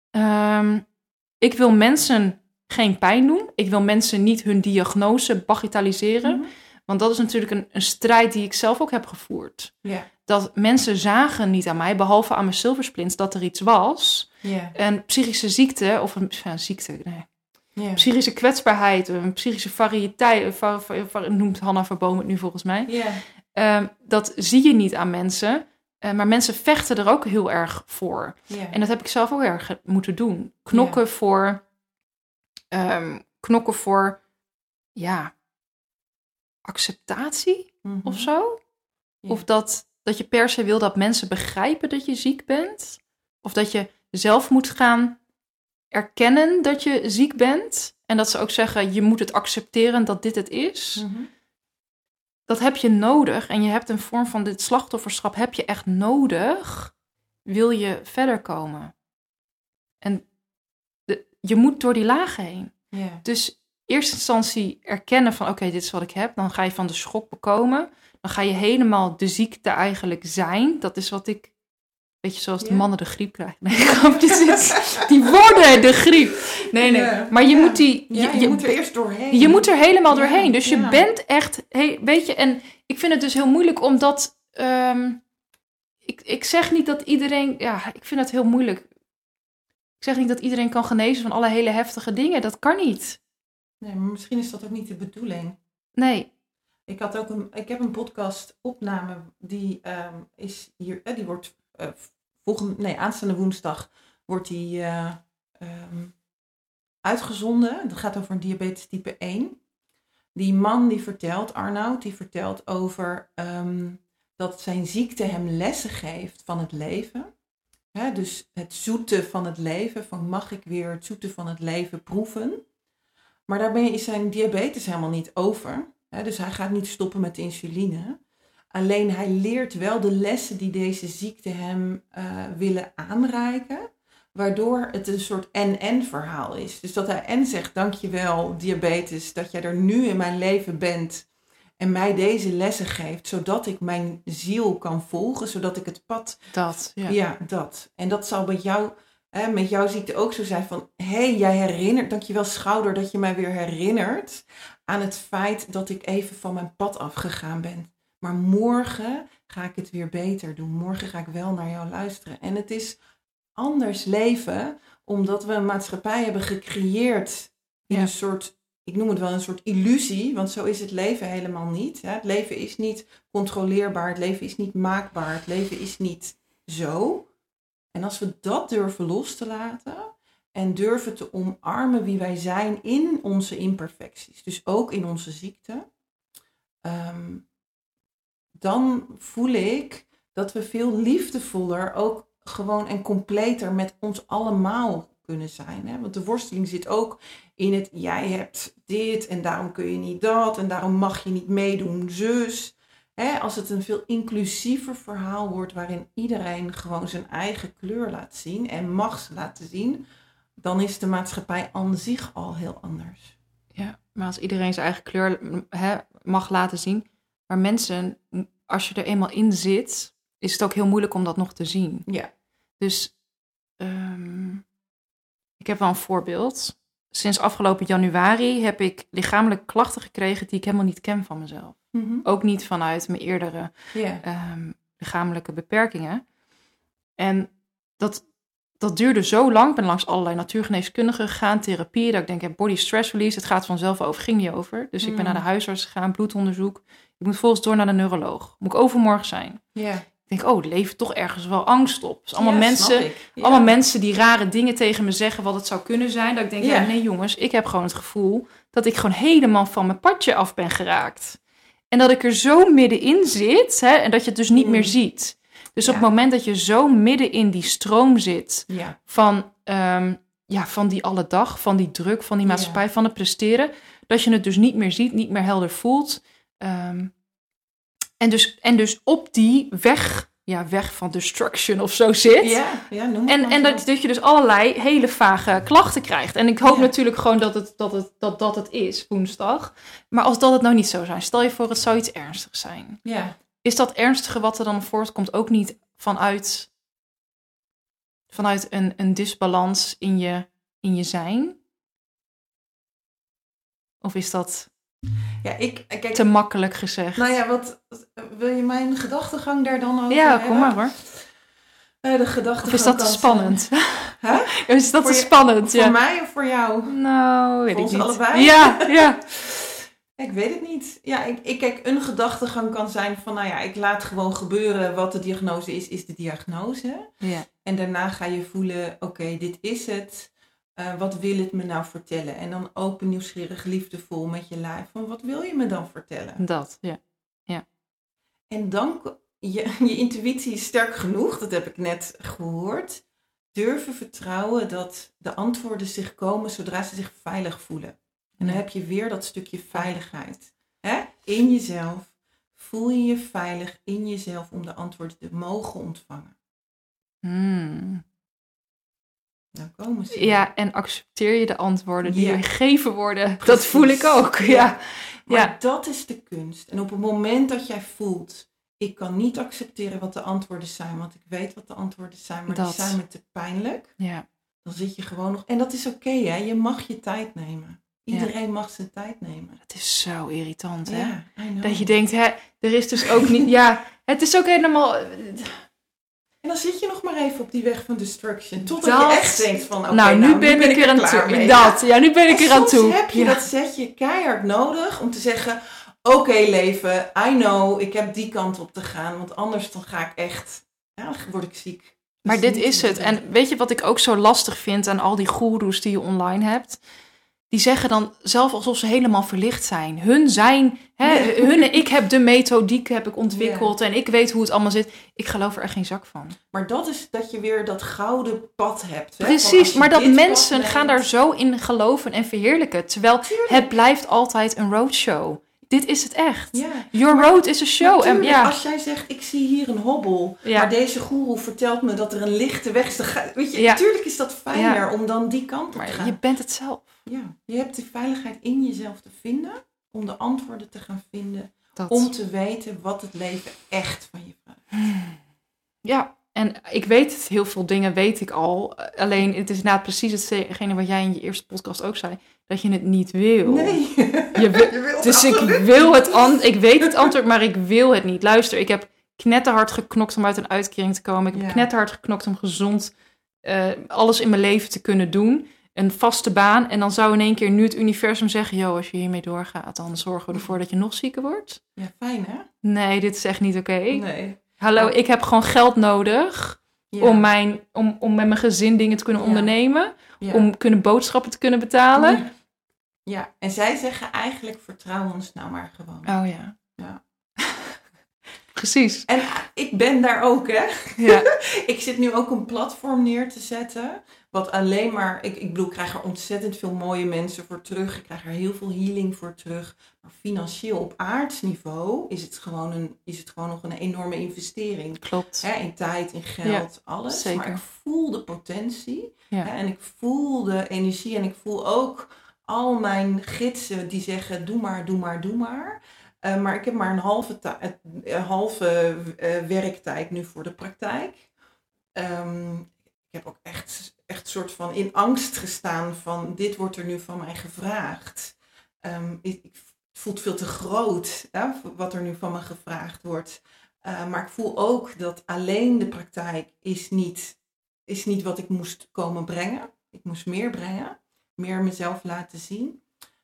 Um, ik wil mensen geen pijn doen. Ik wil mensen niet hun diagnose bagatelliseren. Mm-hmm. Want dat is natuurlijk een, een strijd die ik zelf ook heb gevoerd. Ja. Dat mensen zagen niet aan mij, behalve aan mijn silversplints, dat er iets was. Ja. Een psychische ziekte, of een ja, ziekte, nee. Ja. Psychische kwetsbaarheid, een psychische variëteit, var, var, var, noemt Hanna Verboom het nu volgens mij. Ja. Um, dat zie je niet aan mensen. Uh, maar mensen vechten er ook heel erg voor. Ja. En dat heb ik zelf ook erg moeten doen. Knokken Ja. voor... Um, knokken voor... Ja... acceptatie Mm-hmm. of zo. Ja. Of dat, dat je per se wil dat mensen begrijpen dat je ziek bent. Of dat je zelf moet gaan erkennen dat je ziek bent. En dat ze ook zeggen, je moet het accepteren dat dit het is. Mm-hmm. Dat heb je nodig. En je hebt een vorm van dit slachtofferschap heb je echt nodig. Wil je verder komen. En de, je moet door die lagen heen. Ja. Dus in eerste instantie erkennen van... oké, okay, dit is wat ik heb. Dan ga je van de schok bekomen. Dan ga je helemaal de ziekte eigenlijk zijn. Dat is wat ik... Weet je, zoals de ja. mannen de griep krijgen. Nee, grapjes. Die worden de griep. Nee, nee. Ja. Maar je ja. moet die... Je, Ja, je, je moet er eerst doorheen. Je moet er helemaal Ja, doorheen. Dus je ja. bent echt... Hey, weet je, en ik vind het dus heel moeilijk omdat... Um, ik, ik zeg niet dat iedereen... Ja, ik vind het heel moeilijk. Ik zeg niet dat iedereen kan genezen van alle hele heftige dingen. Dat kan niet. Nee, maar misschien is dat ook niet de bedoeling. Nee. Ik had ook een, ik heb een podcast opname die um, is hier, eh, die wordt uh, volgende, nee, aanstaande woensdag wordt die uh, um, uitgezonden. Dat gaat over een diabetes type één. Die man die vertelt, Arnoud, die vertelt over um, dat zijn ziekte hem lessen geeft van het leven. Hè, dus het zoete van het leven, van mag ik weer het zoete van het leven proeven. Maar daar ben je, is zijn diabetes helemaal niet over. Hè, dus hij gaat niet stoppen met de insuline. Alleen hij leert wel de lessen die deze ziekte hem uh, willen aanreiken. Waardoor het een soort en-en verhaal is. Dus dat hij en zegt, dankjewel diabetes dat jij er nu in mijn leven bent. En mij deze lessen geeft, zodat ik mijn ziel kan volgen. Zodat ik het pad... Dat, ja. Ja, dat. En dat zal met jou, hè, met jouw ziekte ook zo zijn van... Hé, hey, jij herinnert, dankjewel schouder dat je mij weer herinnert aan het feit dat ik even van mijn pad afgegaan ben. Maar morgen ga ik het weer beter doen. Morgen ga ik wel naar jou luisteren. En het is anders leven, omdat we een maatschappij hebben gecreëerd in Ja. een soort... Ik noem het wel een soort illusie, want zo is het leven helemaal niet. Hè? Het leven is niet controleerbaar, het leven is niet maakbaar, het leven is niet zo. En als we dat durven los te laten en durven te omarmen wie wij zijn in onze imperfecties. Dus ook in onze ziekte. Um, dan voel ik dat we veel liefdevoller ook gewoon en completer met ons allemaal kunnen zijn. Hè? Want de worsteling zit ook in het, jij hebt dit en daarom kun je niet dat en daarom mag je niet meedoen, zus. Hè? Als het een veel inclusiever verhaal wordt waarin iedereen gewoon zijn eigen kleur laat zien en mag laten zien, dan is de maatschappij aan zich al heel anders. Ja, maar als iedereen zijn eigen kleur hè, mag laten zien, maar mensen, als je er eenmaal in zit, is het ook heel moeilijk om dat nog te zien. Ja. Dus um, ik heb wel een voorbeeld. Sinds afgelopen januari heb ik lichamelijke klachten gekregen die ik helemaal niet ken van mezelf. Mm-hmm. Ook niet vanuit mijn eerdere yeah. um, lichamelijke beperkingen. En dat, dat duurde zo lang. Ik ben langs allerlei natuurgeneeskundigen gegaan, therapie. Dat ik denk, ja, body stress release, het gaat vanzelf over, ging niet over. Dus mm. ik ben naar de huisarts gegaan, bloedonderzoek. Ik moet volgens door naar de neuroloog. Moet ik overmorgen zijn. Yeah. Ik denk, oh, er leeft toch ergens wel angst op. Dus allemaal, ja, mensen, ja. allemaal mensen die rare dingen tegen me zeggen wat het zou kunnen zijn. Dat ik denk, ja. ja, nee jongens, ik heb gewoon het gevoel dat ik gewoon helemaal van mijn padje af ben geraakt. En dat ik er zo middenin zit, hè, en dat je het dus niet mm. meer ziet. Dus ja. op het moment dat je zo midden in die stroom zit ja. van, um, ja, van die alle dag, van die druk, van die maatschappij, ja. van het presteren, dat je het dus niet meer ziet, niet meer helder voelt. Um, En dus, en dus op die weg, ja, weg van destruction of zo zit. Ja, ja, noem en en dat, dat je dus allerlei hele vage klachten krijgt. En ik hoop ja. natuurlijk gewoon dat het, dat, het, dat, dat het is, woensdag. Maar als dat het nou niet zou zijn, stel je voor het zou iets ernstigs zijn. Ja. Is dat ernstige wat er dan voortkomt ook niet vanuit, vanuit een, een disbalans in je, in je zijn? Of is dat... Ja, ik, kijk, te makkelijk gezegd. Nou ja, wat, wil je mijn gedachtegang daar dan over Ja, hebben? kom maar hoor. Uh, de gedachtegang of is dat te spannend? Huh? Is dat voor te je, spannend? Voor ja. mij of voor jou? Nou, weet voor ik ons niet. allebei? Ja, ja. Ik weet het niet. Ja, ik, ik kijk, een gedachtegang kan zijn van, nou ja, ik laat gewoon gebeuren wat de diagnose is, is de diagnose. Ja. En daarna ga je voelen, oké, okay, dit is het. Uh, wat wil het me nou vertellen? En dan open, nieuwsgierig, liefdevol met je lijf. Van wat wil je me dan vertellen? Dat, ja. ja. En dan, je, je intuïtie is sterk genoeg, dat heb ik net gehoord. Durven vertrouwen dat de antwoorden zich komen zodra ze zich veilig voelen. En dan heb je weer dat stukje veiligheid. Hè? In jezelf. Voel je je veilig in jezelf om de antwoorden te mogen ontvangen. Hmm. Nou komen ze. Ja, en accepteer je de antwoorden die ja. je gegeven worden. Precies. Dat voel ik ook. Ja. Ja. Maar ja. dat is de kunst. En op het moment dat jij voelt, ik kan niet accepteren wat de antwoorden zijn, want ik weet wat de antwoorden zijn, maar dat. die zijn me te pijnlijk. Ja. Dan zit je gewoon nog... En dat is oké, okay, hè? Je mag je tijd nemen. Iedereen ja. mag zijn tijd nemen. Het is zo irritant, hè? Ja, dat je denkt, hè, er is dus ook niet... ja, het is ook helemaal... En dan zit je nog maar even op die weg van destruction. Totdat dat... je echt denkt van... Okay, nou, nu, nou, ben, nu ben ik er aan toe. Mee, dat, ja. ja, nu ben ik en er aan toe. soms heb je ja. dat zetje keihard nodig om te zeggen... Oké, okay, leven, I know, ik heb die kant op te gaan. Want anders dan ga ik echt... Ja, dan word ik ziek. Maar dit is het. En weet je wat ik ook zo lastig vind aan al die goeroes die je online hebt? Die zeggen dan zelf alsof ze helemaal verlicht zijn. Hun zijn, hè, ja. hun, ik heb de methodiek heb ik ontwikkeld ja. en ik weet hoe het allemaal zit. Ik geloof er echt geen zak van. Maar dat is dat je weer dat gouden pad hebt. Hè? Precies, maar dat mensen gaan daar zo in geloven en verheerlijken. Terwijl Tuurlijk. het blijft altijd een roadshow. Dit is het echt. Ja. Your maar, road is a show. En, ja. Als jij zegt, ik zie hier een hobbel, ja. maar deze goeroe vertelt me dat er een lichte weg is. Weet je, ja. natuurlijk is dat fijner ja. om dan die kant op maar te gaan. Je bent het zelf. Ja, je hebt de veiligheid in jezelf te vinden, om de antwoorden te gaan vinden, dat. om te weten wat het leven echt van je vraagt. Ja, en ik weet het, heel veel dingen weet ik al. Alleen het is inderdaad precies hetgene wat jij in je eerste podcast ook zei, dat je het niet wil. Nee, je wil, je wilt dus ik wil het antwoord, ik weet het antwoord, maar ik wil het niet. Luister, ik heb knetterhard geknokt om uit een uitkering te komen. Ik heb ja. knetterhard geknokt om gezond uh, alles in mijn leven te kunnen doen. Een vaste baan. En dan zou in één keer nu het universum zeggen, joh, als je hiermee doorgaat, dan zorgen we ervoor dat je nog zieker wordt. Ja, fijn hè? Nee, dit is echt niet oké. Okay. Nee. Hallo, ik heb gewoon geld nodig Ja. Om, mijn, om, om met mijn gezin dingen te kunnen Ja. ondernemen. Ja. Om kunnen boodschappen te kunnen betalen. Ja. Ja, en zij zeggen eigenlijk vertrouw ons nou maar gewoon. Oh ja. Ja. Precies. En uh, ik ben daar ook, hè. Ja. Ik zit nu ook een platform neer te zetten. Wat alleen maar, ik, ik bedoel, ik krijg er ontzettend veel mooie mensen voor terug. Ik krijg er heel veel healing voor terug. Maar financieel op aardsniveau is het gewoon, een, is het gewoon nog een enorme investering. Klopt. Hè, in tijd, in geld, Ja, alles. zeker. Maar ik voel de potentie. Ja. Hè, en ik voel de energie. En ik voel ook al mijn gidsen die zeggen, doe maar, doe maar, doe maar. Uh, maar ik heb maar een halve, ta- een halve uh, werktijd nu voor de praktijk. Um, ik heb ook echt, echt soort van in angst gestaan van dit wordt er nu van mij gevraagd. Um, ik, ik voel het veel te groot, hè, wat er nu van me gevraagd wordt. Uh, maar ik voel ook dat alleen de praktijk is niet, is niet wat ik moest komen brengen. Ik moest meer brengen, meer mezelf laten zien.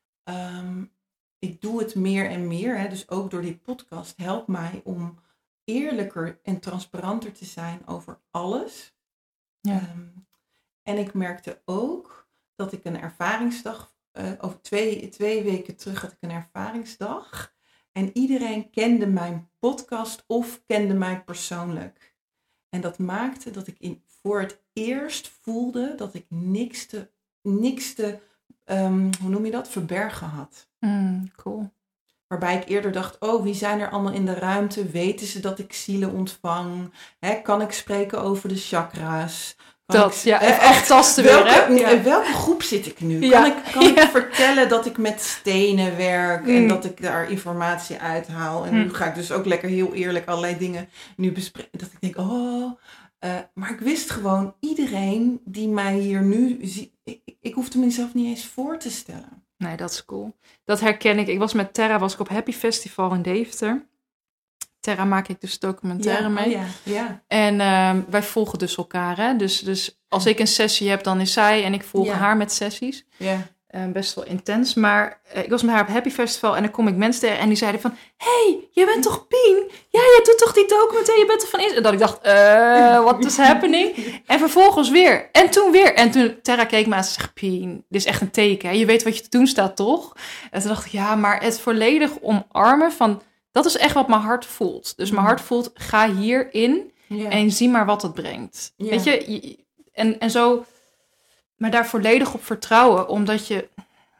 Um, Ik doe het meer en meer, hè, dus ook door die podcast helpt mij om eerlijker en transparanter te zijn over alles. Ja. Um, en ik merkte ook dat ik een ervaringsdag, uh, over twee, twee weken terug had ik een ervaringsdag. En iedereen kende mijn podcast of kende mij persoonlijk. En dat maakte dat ik in, voor het eerst voelde dat ik niks te, niks te um, hoe noem je dat, verbergen had. Mm, cool. Waarbij ik eerder dacht, oh, wie zijn er allemaal in de ruimte? Weten ze dat ik zielen ontvang? Hè, kan ik spreken over de chakra's? Kan Dat, ik, ja, eh, echt tasten weer, hè? welke, Ja. In welke groep zit ik nu? Ja. Kan ik, kan Ja. ik vertellen dat ik met stenen werk Mm. en dat ik daar informatie uithaal? En Mm. nu ga ik dus ook lekker heel eerlijk allerlei dingen nu bespreken. Dat ik denk, oh... Uh, maar ik wist gewoon, iedereen die mij hier nu ziet... Ik, ik hoefde mezelf niet eens voor te stellen. Nee, dat is cool. Dat herken ik. Ik was met Terra, was ik op Happy Festival in Deventer. Terra maak ik dus documentaire ja, mee. Oh ja, ja. En uh, wij volgen dus elkaar. Hè? Dus, dus als ik een sessie heb, dan is zij en ik volg Ja. haar met sessies. Ja. Uh, best wel intens. Maar uh, ik was met haar op Happy Festival en dan kom ik mensen tegen en die zeiden van... Hey, jij bent toch Pien? Ja, jij doet toch die documentaire? Je bent toch van... Is-? En dat ik dacht, uh, what is happening? En vervolgens weer. En toen weer. En toen Terra keek me aan en ze zegt... Pien, dit is echt een teken. Hè? Je weet wat je te doen staat, toch? En toen dacht ik, ja, maar het volledig omarmen van... Dat is echt wat mijn hart voelt. Dus mijn hart voelt, ga hierin Ja. en zie maar wat het brengt. Ja. Weet je? je- En, en zo... Maar daar volledig op vertrouwen, omdat je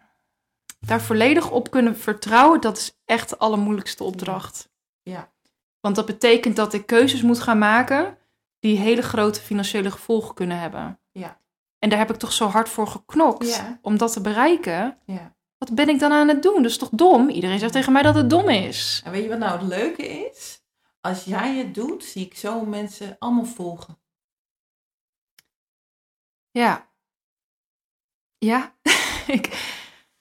daar volledig op kunnen vertrouwen, dat is echt de allermoeilijkste opdracht. Ja. Want dat betekent dat ik keuzes moet gaan maken die hele grote financiële gevolgen kunnen hebben. Ja. En daar heb ik toch zo hard voor geknokt Ja. om dat te bereiken. Ja. Wat ben ik dan aan het doen? Dat is toch dom? Iedereen zegt tegen mij dat het dom is. En weet je wat nou het leuke is? Als jij het doet, zie ik zo mensen allemaal volgen. Ja. Ja. ik...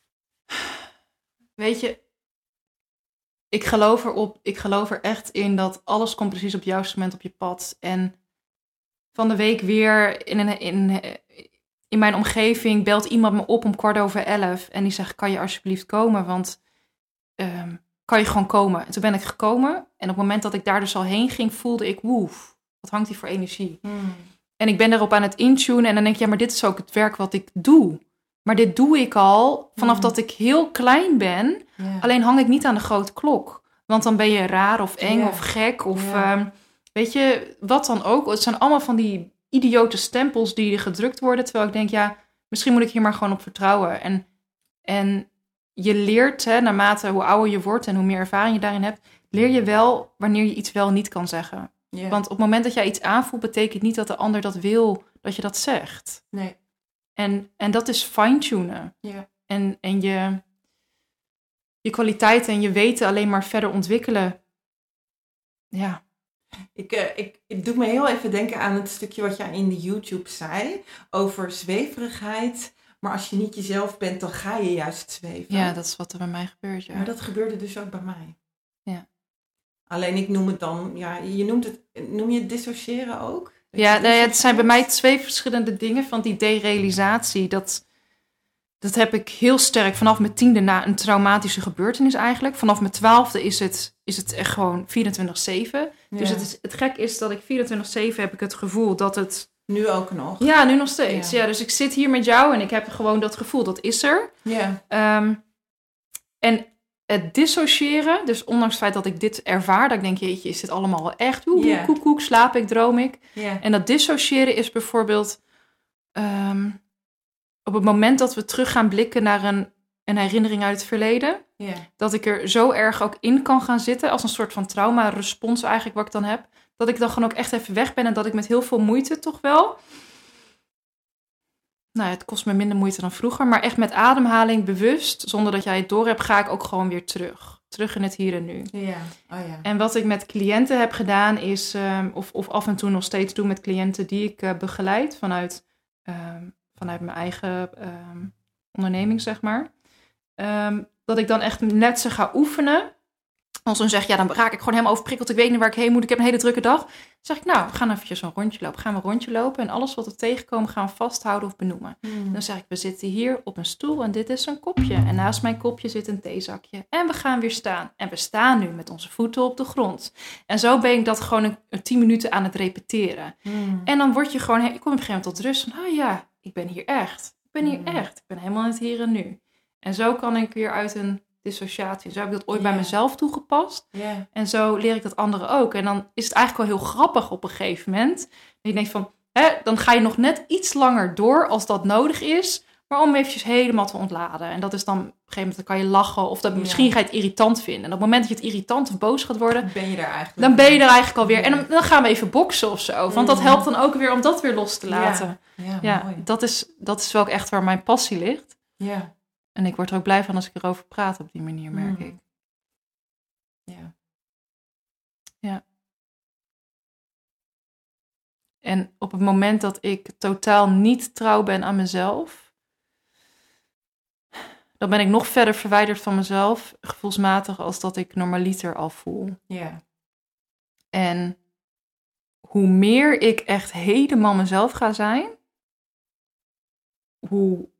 Weet je, ik geloof erop, ik geloof er echt in dat alles komt precies op het juiste moment op je pad. En van de week weer in, een, in, in mijn omgeving belt iemand me op om kwart over elf. En die zegt, kan je alsjeblieft komen? Want um, kan je gewoon komen? En toen ben ik gekomen. En op het moment dat ik daar dus al heen ging, voelde ik, woef, wat hangt hier voor energie? Hmm. En ik ben daarop aan het intunen. En dan denk ik, ja, maar dit is ook het werk wat ik doe. Maar dit doe ik al vanaf Mm. dat ik heel klein ben. Ja. Alleen hang ik niet aan de grote klok. Want dan ben je raar of eng Ja. of gek. Of Ja. um, weet je, wat dan ook. Het zijn allemaal van die idiote stempels die gedrukt worden. Terwijl ik denk, ja, misschien moet ik hier maar gewoon op vertrouwen. En, en je leert, hè, naarmate hoe ouder je wordt en hoe meer ervaring je daarin hebt, leer je wel wanneer je iets wel niet kan zeggen. Ja. Want op het moment dat jij iets aanvoelt, betekent niet dat de ander dat wil, dat je dat zegt. Nee. En, en dat is fine-tunen. Ja. En, en je, je kwaliteiten en je weten alleen maar verder ontwikkelen. Ja. Ik, uh, ik, ik doe me heel even denken aan het stukje wat jij in de YouTube zei. Over zweverigheid. Maar als je niet jezelf bent, dan ga je juist zweven. Ja, dat is wat er bij mij gebeurt. Ja. Maar dat gebeurde dus ook bij mij. Ja. Alleen ik noem het dan, ja, je noemt het, noem je het dissociëren ook? Dat Ja, je nou ja, het zijn bij dissocieert? mij twee verschillende dingen. Van die derealisatie, dat, dat heb ik heel sterk vanaf mijn tiende na een traumatische gebeurtenis eigenlijk. Vanaf mijn twaalfde is het, is het echt gewoon vierentwintig zeven. Ja. Dus het, is, het gek is dat ik vierentwintig zeven heb ik het gevoel dat het... Nu ook nog. Ja, nu nog steeds. Ja. Ja, dus ik zit hier met jou en ik heb gewoon dat gevoel, dat is er. Ja. Um, en het dissociëren, dus ondanks het feit dat ik dit ervaar, dat ik denk, jeetje, is dit allemaal wel echt? Oeh, Ja. koek, koek, slaap ik, droom ik? Ja. En dat dissociëren is bijvoorbeeld um, op het moment dat we terug gaan blikken naar een, een herinnering uit het verleden, Ja. dat ik er zo erg ook in kan gaan zitten, als een soort van trauma-respons eigenlijk wat ik dan heb, dat ik dan gewoon ook echt even weg ben en dat ik met heel veel moeite toch wel... Nou, het kost me minder moeite dan vroeger, maar echt met ademhaling bewust, zonder dat jij het door hebt, ga ik ook gewoon weer terug. Terug in het hier en nu. Ja. Oh, ja. En wat ik met cliënten heb gedaan is, um, of, of af en toe nog steeds doe met cliënten die ik uh, begeleid vanuit, um, vanuit mijn eigen um, onderneming, zeg maar. Um, dat ik dan echt net ze ga oefenen. Als dan zeg ja, dan raak ik gewoon helemaal overprikkeld. Ik weet niet waar ik heen moet. Ik heb een hele drukke dag. Dan zeg ik, nou, we gaan eventjes een rondje lopen. Gaan we een rondje lopen en alles wat we tegenkomen gaan we vasthouden of benoemen. Hmm. Dan zeg ik, we zitten hier op een stoel en dit is een kopje. En naast mijn kopje zit een theezakje. En we gaan weer staan. En we staan nu met onze voeten op de grond. En zo ben ik dat gewoon een, een tien minuten aan het repeteren. Hmm. En dan word je gewoon, je komt op een gegeven moment tot rust van, oh ja, ik ben hier echt. Ik ben hier Hmm. echt. Ik ben helemaal in het hier en nu. En zo kan ik weer uit een dissociatie. Zo heb ik dat ooit Ja. bij mezelf toegepast. Ja. En zo leer ik dat anderen ook. En dan is het eigenlijk wel heel grappig op een gegeven moment. Dat je denkt van, hè, dan ga je nog net iets langer door als dat nodig is. Maar om eventjes helemaal te ontladen. En dat is dan op een gegeven moment, dan kan je lachen. Of dat, Ja. misschien ga je het irritant vinden. En op het moment dat je het irritant of boos gaat worden, Ben je daar eigenlijk? dan ben je er eigenlijk alweer. Ja. En dan, dan gaan we even boksen of zo. Want dat Mm. helpt dan ook weer om dat weer los te laten. Ja, ja, Ja, mooi. dat is, dat is wel ook echt waar mijn passie ligt. Ja. En ik word er ook blij van als ik erover praat op die manier, merk Mm. ik. Ja. En op het moment dat ik totaal niet trouw ben aan mezelf, dan ben ik nog verder verwijderd van mezelf, gevoelsmatig, als dat ik normaliter al voel. Ja. En hoe meer ik echt helemaal mezelf ga zijn, hoe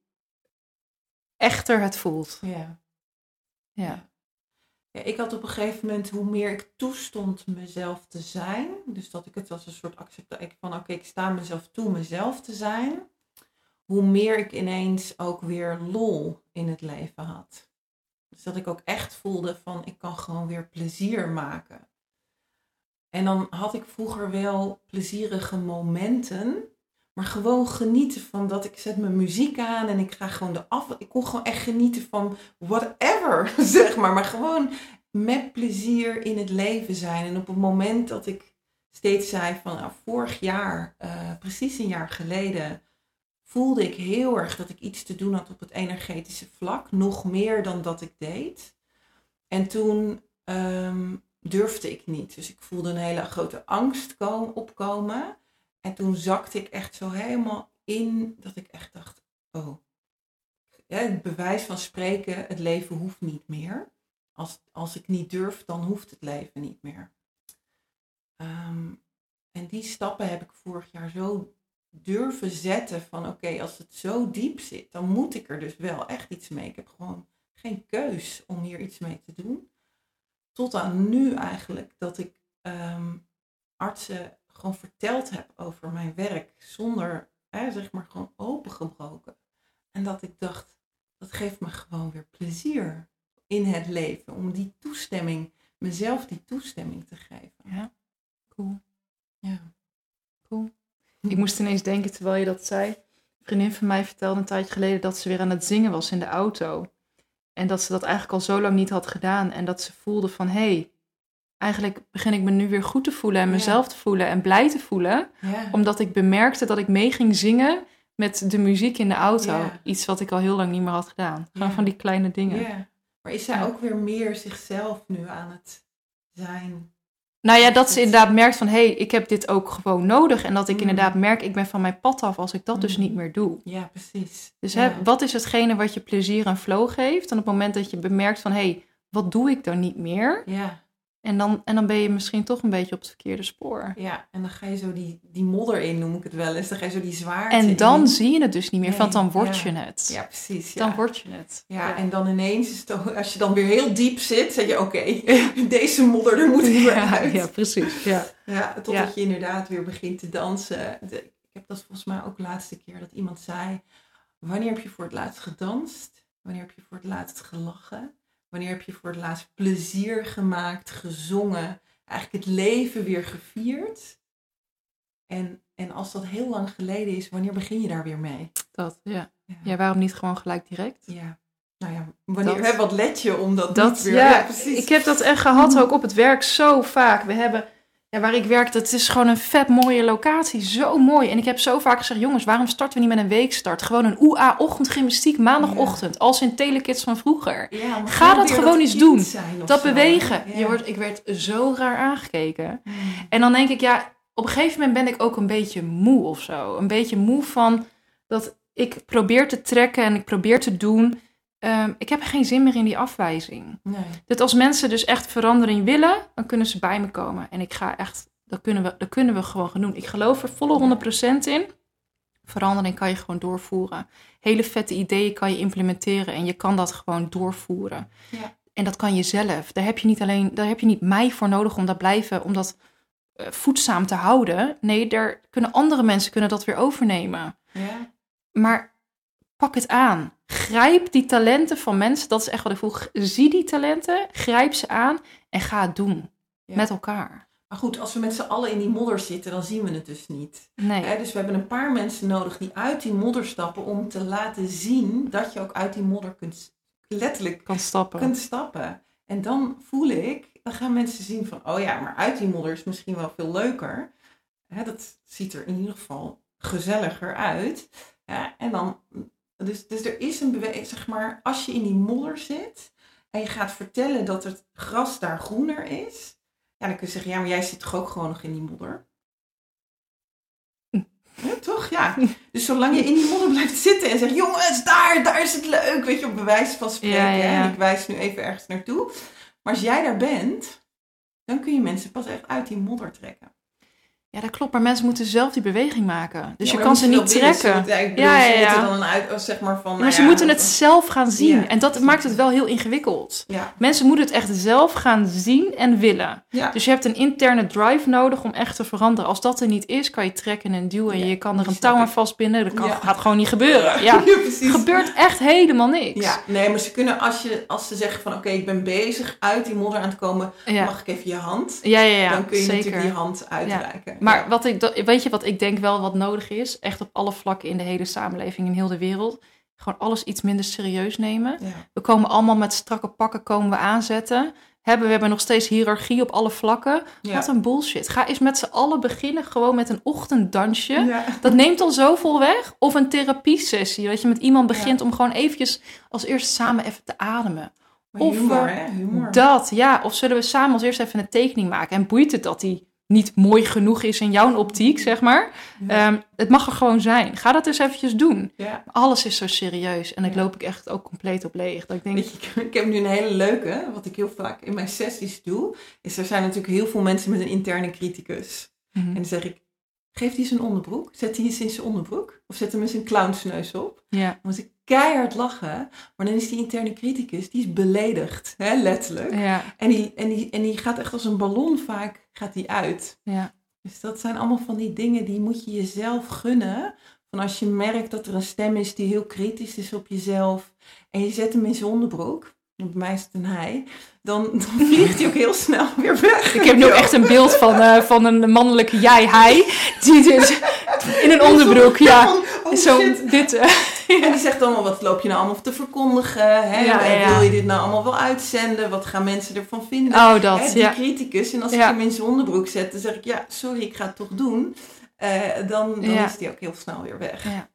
echter het voelt. Ja. Ja. Ja, ik had op een gegeven moment, hoe meer ik toestond mezelf te zijn, dus dat ik het als een soort acceptatie van, oké, okay, ik sta mezelf toe mezelf te zijn, hoe meer ik ineens ook weer lol in het leven had. Dus dat ik ook echt voelde van, ik kan gewoon weer plezier maken. En dan had ik vroeger wel plezierige momenten, maar gewoon genieten van dat ik zet mijn muziek aan en ik ga gewoon de af. Ik kon gewoon echt genieten van whatever, zeg maar. Maar gewoon met plezier in het leven zijn. En op het moment dat ik steeds zei van nou, vorig jaar, uh, precies een jaar geleden, voelde ik heel erg dat ik iets te doen had op het energetische vlak. Nog meer dan dat ik deed. En toen um, durfde ik niet. Dus ik voelde een hele grote angst kom, opkomen. En toen zakte ik echt zo helemaal in dat ik echt dacht, oh, ja, het bewijs van spreken, het leven hoeft niet meer. Als, als ik niet durf, dan hoeft het leven niet meer. Um, en die stappen heb ik vorig jaar zo durven zetten van oké, okay, als het zo diep zit, dan moet ik er dus wel echt iets mee. Ik heb gewoon geen keus om hier iets mee te doen. Tot aan nu eigenlijk dat ik um, artsen gewoon verteld heb over mijn werk zonder, hè, zeg maar, gewoon opengebroken. En dat ik dacht, dat geeft me gewoon weer plezier in het leven. Om die toestemming, mezelf die toestemming te geven. Ja, cool. Ja. Cool. Ik moest ineens denken, terwijl je dat zei. Een vriendin van mij vertelde een tijdje geleden dat ze weer aan het zingen was in de auto. En dat ze dat eigenlijk al zo lang niet had gedaan. En dat ze voelde van, hé, hey, eigenlijk begin ik me nu weer goed te voelen en mezelf ja. te voelen en blij te voelen. Ja. Omdat ik bemerkte dat ik mee ging zingen met de muziek in de auto. Ja. Iets wat ik al heel lang niet meer had gedaan. Gewoon ja. van die kleine dingen. Ja. Maar is zij ja. ook weer meer zichzelf nu aan het zijn? Nou ja, dat ze inderdaad merkt van, hé, hey, ik heb dit ook gewoon nodig. En dat ik mm. inderdaad merk, ik ben van mijn pad af als ik dat mm. dus niet meer doe. Ja, precies. Dus ja. hè, wat is hetgene wat je plezier en flow geeft? En op het moment dat je bemerkt van, hé, hey, wat doe ik dan niet meer? Ja. En dan, en dan ben je misschien toch een beetje op het verkeerde spoor. Ja, en dan ga je zo die, die modder in, noem ik het wel eens. Dan ga je zo die zwaarte En dan in. zie je het dus niet meer, Nee, want dan word ja. je het. Ja, precies. Ja. Dan word je het. Ja, en dan ineens, is het ook, als je dan weer heel diep zit, zeg je, oké, okay, deze modder, er moet ik weer ja, uit. ja, precies. Ja, ja totdat ja. je inderdaad weer begint te dansen. De, ik heb dat volgens mij ook de laatste keer dat iemand zei, wanneer heb je voor het laatst gedanst? Wanneer heb je voor het laatst gelachen? Wanneer heb je voor het laatst plezier gemaakt, gezongen? Eigenlijk het leven weer gevierd? En, en als dat heel lang geleden is, wanneer begin je daar weer mee? Dat, ja. Ja, ja waarom niet gewoon gelijk direct? ja. Nou ja, wanneer, Dat- hè, wat let je om dat, Dat, niet weer... ja, precies. ik heb dat echt gehad ook op het werk zo vaak. We hebben, ja, waar ik werk, dat is gewoon een vet mooie locatie. Zo mooi. En ik heb zo vaak gezegd, jongens, waarom starten we niet met een weekstart? Gewoon een O E A-ochtendgymnastiek maandagochtend. Als in Telekids van vroeger. Ja, maar Ga dat weer gewoon eens kind doen. zijn of Dat zo. bewegen. Ja. Je wordt, ik werd zo raar aangekeken. Hmm. En dan denk ik, ja, op een gegeven moment ben ik ook een beetje moe of zo. Een beetje moe van dat ik probeer te trekken en ik probeer te doen. Um, ik heb geen zin meer in die afwijzing. Nee. Dat als mensen dus echt verandering willen, dan kunnen ze bij me komen. En ik ga echt, dat kunnen we, dat kunnen we gewoon gaan doen. Ik geloof er volle honderd procent in. Verandering kan je gewoon doorvoeren. Hele vette ideeën kan je implementeren en je kan dat gewoon doorvoeren. Ja. En dat kan je zelf. Daar heb je niet alleen, daar heb je niet mij voor nodig om dat blijven, om dat uh, voedzaam te houden. Nee, daar kunnen andere mensen kunnen dat weer overnemen. Ja. Maar pak het aan. Grijp die talenten van mensen. Dat is echt wat ik voel. Zie die talenten, grijp ze aan en ga het doen. Ja. Met elkaar. Maar goed, als we met z'n allen in die modder zitten, dan zien we het dus niet. Nee. Hè, dus we hebben een paar mensen nodig die uit die modder stappen om te laten zien dat je ook uit die modder kunt, letterlijk Kan stappen. kunt stappen. En dan voel ik, dan gaan mensen zien van, oh ja, maar uit die modder is misschien wel veel leuker. Hè, dat ziet er in ieder geval gezelliger uit. Ja, en dan, dus, dus er is een beweging, zeg maar, als je in die modder zit en je gaat vertellen dat het gras daar groener is, ja, dan kun je zeggen, ja, maar jij zit toch ook gewoon nog in die modder? Ja, toch? Ja. Dus zolang je in die modder blijft zitten en zegt, jongens, daar, daar is het leuk, weet je, op bewijs van spreken. Ja, ja, ja. En ik wijs nu even ergens naartoe. Maar als jij daar bent, dan kun je mensen pas echt uit die modder trekken. Ja, dat klopt. Maar mensen moeten zelf die beweging maken. Dus Ja, je maar kan dan ze moet niet je wel willen. trekken. Ze moeten, ik bedoel, Ja, ja, ze ja. moeten dan een uit, zeg maar van... Maar nou ze ja, moeten het van- zelf gaan zien. Ja. En dat maakt het wel heel ingewikkeld. Ja, Mensen moeten het echt zelf gaan zien en willen. ja. Dus je hebt een interne drive nodig om echt te veranderen. Als dat er niet is, kan je trekken en duwen. En Ja, je kan er die een snap touw aan ik. vastbinden. Dat kan, Ja. gaat gewoon niet gebeuren. Ja, precies. er gebeurt echt helemaal niks. Ja, nee, maar ze kunnen, als, je, als ze zeggen van, oké, ik ben bezig uit die modder aan te komen, Ja. mag ik even je hand? Ja, ja, ja, dan kun je zeker. natuurlijk die hand uitreiken. Maar Ja. wat ik, dat- weet je wat ik denk wel wat nodig is? Echt op alle vlakken in de hele samenleving, in heel de wereld. Gewoon alles iets minder serieus nemen. Ja. We komen allemaal met strakke pakken komen we aanzetten. Hebben, we hebben nog steeds hiërarchie op alle vlakken. Ja. Wat een bullshit. Ga eens met z'n allen beginnen gewoon met een ochtenddansje. Ja. Dat neemt al zoveel weg. Of een therapiesessie. Dat je met iemand begint om gewoon eventjes als eerst samen even te ademen. Maar Of, humor, eh, hè? Humor. Dat, ja. Of zullen we samen als eerst even een tekening maken. En boeit het dat die niet mooi genoeg is in jouw optiek, zeg maar. Ja. Um, het mag er gewoon zijn. Ga dat eens eventjes doen. Ja. Alles is zo serieus. En dan Ja. loop ik echt ook compleet op leeg. Dat ik denk, Weet je, ik- ik heb nu een hele leuke, wat ik heel vaak in mijn sessies doe, is er zijn natuurlijk heel veel mensen met een interne criticus. mhm. En dan zeg ik, geef die eens een onderbroek. Zet die eens in zijn onderbroek. Of zet hem eens een clownsneus op. ja. Dan moet ik keihard lachen. Maar dan is die interne criticus, die is beledigd. Hè, letterlijk. Ja, En die, en, die, en die gaat echt als een ballon vaak gaat die uit. ja. Dus dat zijn allemaal van die dingen die moet je jezelf gunnen. Van als je merkt dat er een stem is die heel kritisch is op jezelf. En je zet hem in zijn onderbroek. Bij mij is het een hij. Dan, dan vliegt hij ook heel snel weer weg. Ik heb nu ook echt een beeld van, uh, van een mannelijke jij-hij. Die dus in een onderbroek, ja. Van, oh Zo, shit. dit. uh, En die zegt allemaal, wat loop je nou allemaal te verkondigen? Hè? Ja, ja, ja. Wil je dit nou allemaal wel uitzenden? Wat gaan mensen ervan vinden? Oh, dat, Hè, die ja. criticus. En als Ja. ik hem in zijn onderbroek zet, dan zeg ik, ja, sorry, ik ga het toch doen. Uh, dan dan Ja. is die ook heel snel weer weg. Ja.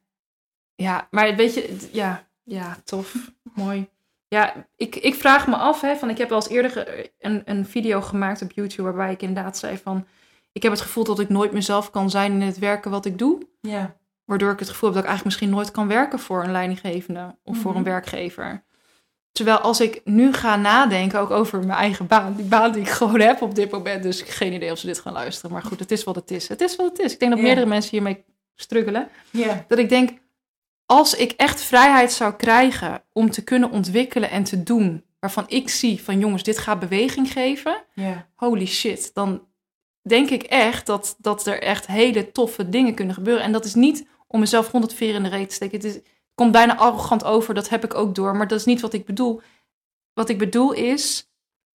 Ja, maar weet je, d- ja, ja, tof. Mooi. Ja, ik, ik vraag me af, hè, van ik heb wel eens eerder ge- een, een video gemaakt op YouTube waarbij ik inderdaad zei van, ik heb het gevoel dat ik nooit mezelf kan zijn in het werken wat ik doe. Ja. Waardoor ik het gevoel heb dat ik eigenlijk misschien nooit kan werken voor een leidinggevende of voor Mhm. een werkgever. Terwijl als ik nu ga nadenken ook over mijn eigen baan. Die baan die ik gewoon heb op dit moment. Dus ik heb geen idee of ze dit gaan luisteren. Maar goed, het is wat het is. Het is wat het is. Ik denk dat Ja. meerdere mensen hiermee struggelen. Ja. Dat ik denk, als ik echt vrijheid zou krijgen om te kunnen ontwikkelen en te doen waarvan ik zie van jongens, dit gaat beweging geven. Ja. Holy shit, dan denk ik echt dat, dat er echt hele toffe dingen kunnen gebeuren. En dat is niet om mezelf honderd veer in de reet te steken. Het is, komt bijna arrogant over, dat heb ik ook door. Maar dat is niet wat ik bedoel. Wat ik bedoel is,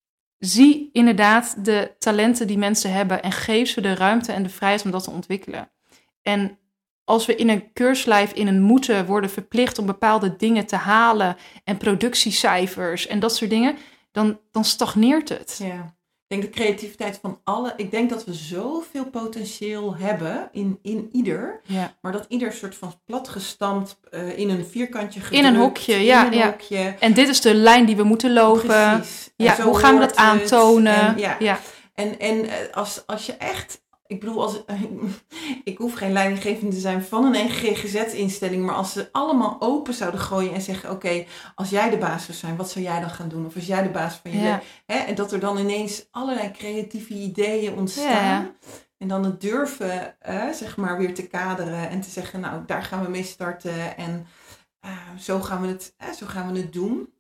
zie inderdaad de talenten die mensen hebben en geef ze de ruimte en de vrijheid om dat te ontwikkelen. En als we in een keurslijf in een moeten worden verplicht om bepaalde dingen te halen en productiecijfers en dat soort dingen, dan, dan stagneert het. Ja. Ik denk de creativiteit van alle... Ik denk dat we zoveel potentieel hebben in, in ieder. Ja. Maar dat ieder soort van platgestampt uh, in een vierkantje gedrukt. In een hokje, ja. In een ja. hokje. En dit is de lijn die we moeten lopen. Precies. En Ja, zo hoe gaan we dat hoort het. aantonen? En, ja. Ja. En, en uh, als, als je echt... Ik bedoel, als, ik hoef geen leidinggevende te zijn van een G G Z-instelling. Maar als ze allemaal open zouden gooien en zeggen... Oké, okay, als jij de baas zou zijn, wat zou jij dan gaan doen? Of als jij de baas van je... Ja. Hè, en dat er dan ineens allerlei creatieve ideeën ontstaan. Ja. En dan het durven, uh, zeg maar, weer te kaderen. En te zeggen, nou, daar gaan we mee starten. En uh, zo, gaan we het, uh, zo gaan we het doen.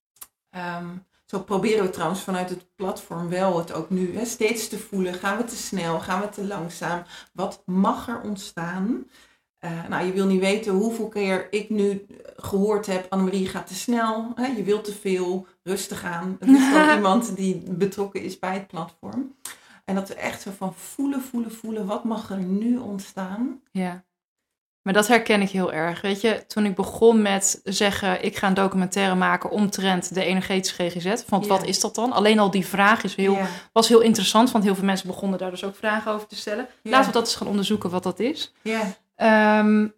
Um, Zo proberen we trouwens vanuit het platform wel het ook nu hè, steeds te voelen. Gaan we te snel? Gaan we te langzaam? Wat mag er ontstaan? Uh, nou, je wil niet weten hoeveel keer ik nu gehoord heb... Annemarie gaat te snel, hè? Je wilt te veel, rustig aan. Dat is dan iemand die betrokken is bij het platform. En dat we echt zo van voelen, voelen, voelen. Wat mag er nu ontstaan? Ja. Maar dat herken ik heel erg. Weet je, toen ik begon met zeggen... ik ga een documentaire maken omtrent de energetische G G Z. Want ja. Wat is dat dan? Alleen al die vraag is heel, ja. was heel interessant. Want heel veel mensen begonnen daar dus ook vragen over te stellen. Ja. Laten we dat eens gaan onderzoeken wat dat is. Ja. Um,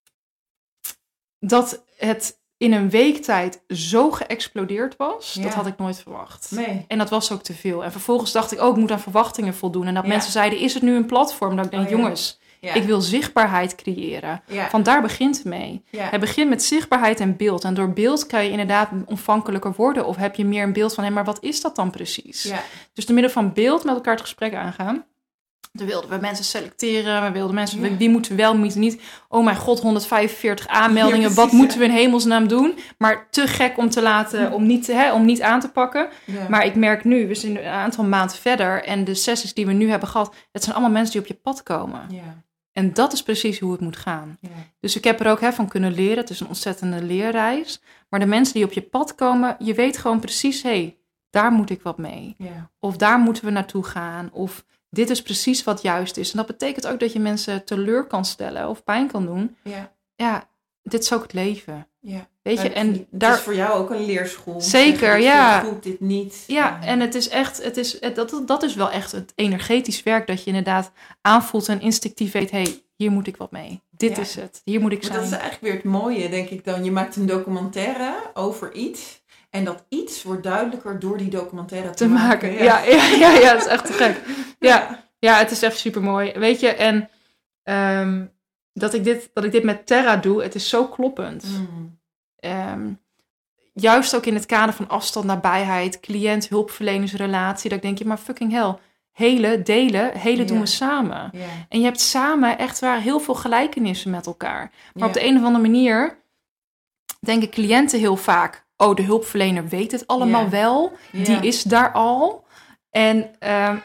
dat het in een week tijd zo geëxplodeerd was... Ja. Dat had ik nooit verwacht. Nee. En dat was ook te veel. En vervolgens dacht ik, oh, ik moet aan verwachtingen voldoen. En dat ja. mensen zeiden, is het nu een platform? Dat ik denk, oh, ja. jongens... Ja. Ik wil zichtbaarheid creëren. Ja. Van daar begint het mee. Ja. Het begint met zichtbaarheid en beeld. En door beeld kan je inderdaad ontvankelijker worden. Of heb je meer een beeld van, hé, maar wat is dat dan precies? Ja. Dus door middel van beeld met elkaar het gesprek aangaan. Toen wilden we mensen selecteren. We wilden mensen, ja. wie moeten wel, wie moeten niet. Oh mijn god, honderdvijfenveertig aanmeldingen. Ja, precies, wat moeten we in hemelsnaam doen? Maar te gek om te laten, ja. om, niet, hè, om niet aan te pakken. Ja. Maar ik merk nu, we zijn een aantal maanden verder. En de sessies die we nu hebben gehad, het zijn allemaal mensen die op je pad komen. Ja. En dat is precies hoe het moet gaan. Ja. Dus ik heb er ook hè, van kunnen leren. Het is een ontzettende leerreis. Maar de mensen die op je pad komen, je weet gewoon precies... hé, hey, daar moet ik wat mee. Ja. Of daar moeten we naartoe gaan. Of dit is precies wat juist is. En dat betekent ook dat je mensen teleur kan stellen of pijn kan doen. Ja, ja dit is ook het leven. Ja. Weet je, en het daar... is voor jou ook een leerschool. Zeker, dit ja. Goed, dit niet. Ja, en het is echt, het is, het, dat, dat is wel echt het energetisch werk. Dat je inderdaad aanvoelt en instinctief weet, hé, hey, hier moet ik wat mee. Dit ja. is het. Hier moet ik maar zijn. Dat is eigenlijk weer het mooie, denk ik dan. Je maakt een documentaire over iets. En dat iets wordt duidelijker door die documentaire te, te maken. maken. Ja, ja, ja, ja, het is echt te gek. Ja, ja, het is echt super mooi. Weet je, en um, dat, ik dit, dat ik dit met Terra doe, het is zo kloppend. Mm. Um, juist ook in het kader van afstand, nabijheid, cliënt-hulpverlenersrelatie. Dat ik denk, je maar fucking hell. Hele, delen, hele yeah. doen we samen. Yeah. En je hebt samen echt waar heel veel gelijkenissen met elkaar. Maar yeah. op de een of andere manier denken cliënten heel vaak... oh, de hulpverlener weet het allemaal yeah. wel. Yeah. Die is daar al. En... Um,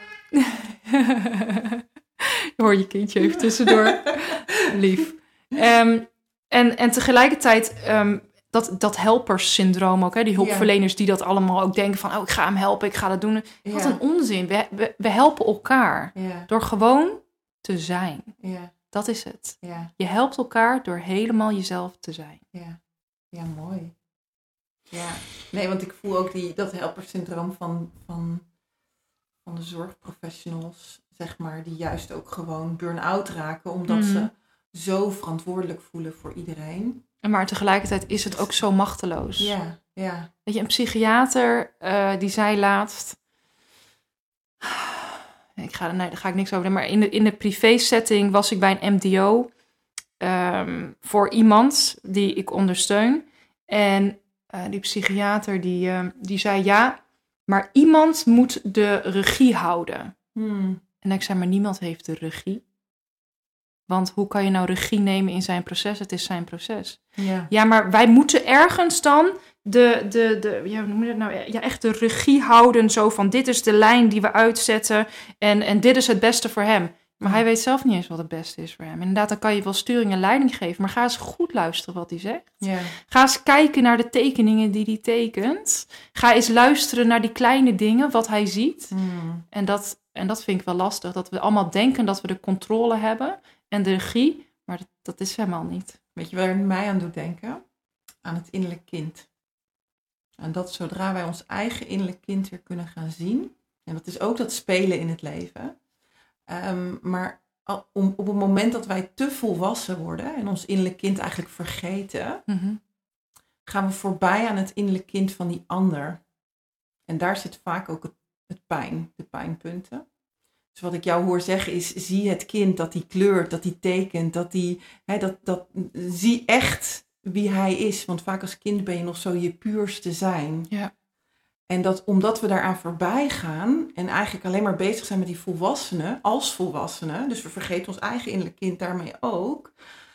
je hoort je kindje even tussendoor. Lief. Um, en, en tegelijkertijd... Um, Dat, dat helperssyndroom ook, hè? Die hulpverleners ja. die dat allemaal ook denken van... oh, ik ga hem helpen, ik ga dat doen. Ja. Wat een onzin. We, we, we helpen elkaar ja. door gewoon te zijn. Ja. Dat is het. Ja. Je helpt elkaar door helemaal jezelf te zijn. Ja, ja mooi. Ja. Nee, want ik voel ook die, dat helperssyndroom van, van, van de zorgprofessionals... zeg maar, die juist ook gewoon burn-out raken... omdat mm. ze zo verantwoordelijk voelen voor iedereen... Maar tegelijkertijd is het ook zo machteloos. Ja, ja. Weet je, een psychiater uh, die zei laatst... Ik ga, nee, daar ga ik niks over doen. Maar in de, in de privé setting was ik bij een M D O... Um, voor iemand die ik ondersteun. En uh, die psychiater die, uh, die zei ja, maar iemand moet de regie houden. Hmm. En ik zei, maar niemand heeft de regie. Want hoe kan je nou regie nemen in zijn proces? Het is zijn proces. Ja, Ja, maar wij moeten ergens dan de, de, de ja, hoe noem je dat nou? Ja, echt de regie houden. Zo van, dit is de lijn die we uitzetten. En, en dit is het beste voor hem. Maar hij weet zelf niet eens wat het beste is voor hem. Inderdaad, dan kan je wel sturing en leiding geven. Maar ga eens goed luisteren wat hij zegt. ja. Ga eens kijken naar de tekeningen die hij tekent. Ga eens luisteren naar die kleine dingen, wat hij ziet. Hmm. En dat, en dat vind ik wel lastig. Dat we allemaal denken dat we de controle hebben en de regie. Maar dat, dat is helemaal niet. Weet je waar het mij aan doet denken? Aan het innerlijk kind. En dat zodra wij ons eigen innerlijk kind weer kunnen gaan zien. En dat is ook dat spelen in het leven. Um, maar al, om, op het moment dat wij te volwassen worden en ons innerlijk kind eigenlijk vergeten, Mm-hmm. gaan we voorbij aan het innerlijk kind van die ander. En daar zit vaak ook het, het pijn, de pijnpunten. Dus wat ik jou hoor zeggen is, zie het kind dat hij kleurt, dat hij tekent, dat hij, hè, dat, dat, zie echt wie hij is. Want vaak als kind ben je nog zo je puurste zijn. Ja. En dat omdat we daaraan voorbij gaan en eigenlijk alleen maar bezig zijn met die volwassenen, als volwassenen, dus we vergeten ons eigen innerlijk kind daarmee ook,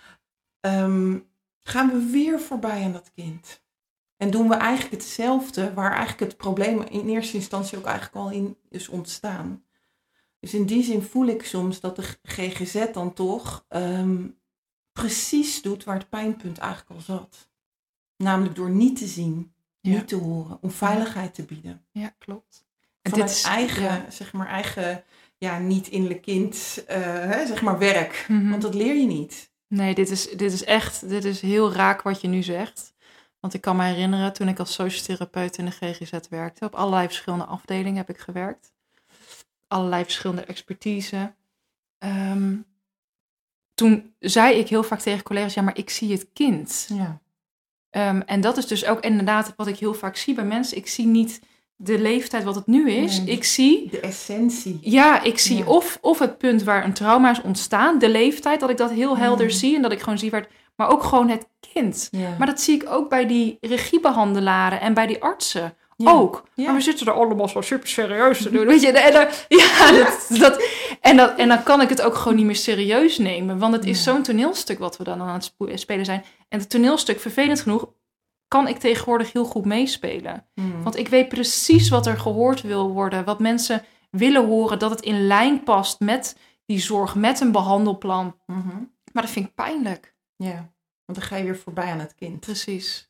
um, gaan we weer voorbij aan dat kind. En doen we eigenlijk hetzelfde, waar eigenlijk het probleem in eerste instantie ook eigenlijk al in is ontstaan. Dus in die zin voel ik soms dat de G G Z dan toch um, precies doet waar het pijnpunt eigenlijk al zat. Namelijk door niet te zien. Ja. Niet te horen, om veiligheid te bieden. Ja, klopt. En Vanuit dit is eigen, ja. zeg maar, eigen, ja, niet innerlijk kind, uh, hè, zeg maar, werk. Mm-hmm. Want dat leer je niet. Nee, dit is, dit is echt, dit is heel raak wat je nu zegt. Want ik kan me herinneren, toen ik als sociotherapeut in de G G Z werkte, op allerlei verschillende afdelingen heb ik gewerkt. Allerlei verschillende expertise. Um, toen zei ik heel vaak tegen collega's, ja, maar ik zie het kind. Ja. Um, en dat is dus ook inderdaad wat ik heel vaak zie bij mensen. Ik zie niet de leeftijd wat het nu is. Nee, ik zie... De essentie. Ja, ik zie Ja. Of, of het punt waar een trauma is ontstaan. De leeftijd, dat ik dat heel helder Mm. zie. En dat ik gewoon zie waar het... Maar ook gewoon het kind. Ja. Maar dat zie ik ook bij die regiebehandelaren en bij die artsen. Ja. Ook. Ja. Maar we zitten er allemaal zo super serieus te doen. Weet je, en, dan, ja, dat, dat, en, dat, en dan kan ik het ook gewoon niet meer serieus nemen. Want het is Ja. zo'n toneelstuk wat we dan aan het spo- spelen zijn. En het toneelstuk, vervelend genoeg, kan ik tegenwoordig heel goed meespelen. Mm. Want ik weet precies wat er gehoord wil worden. Wat mensen willen horen. Dat het in lijn past met die zorg, met een behandelplan. Mm-hmm. Maar dat vind ik pijnlijk. Ja, want dan ga je weer voorbij aan het kind. Precies.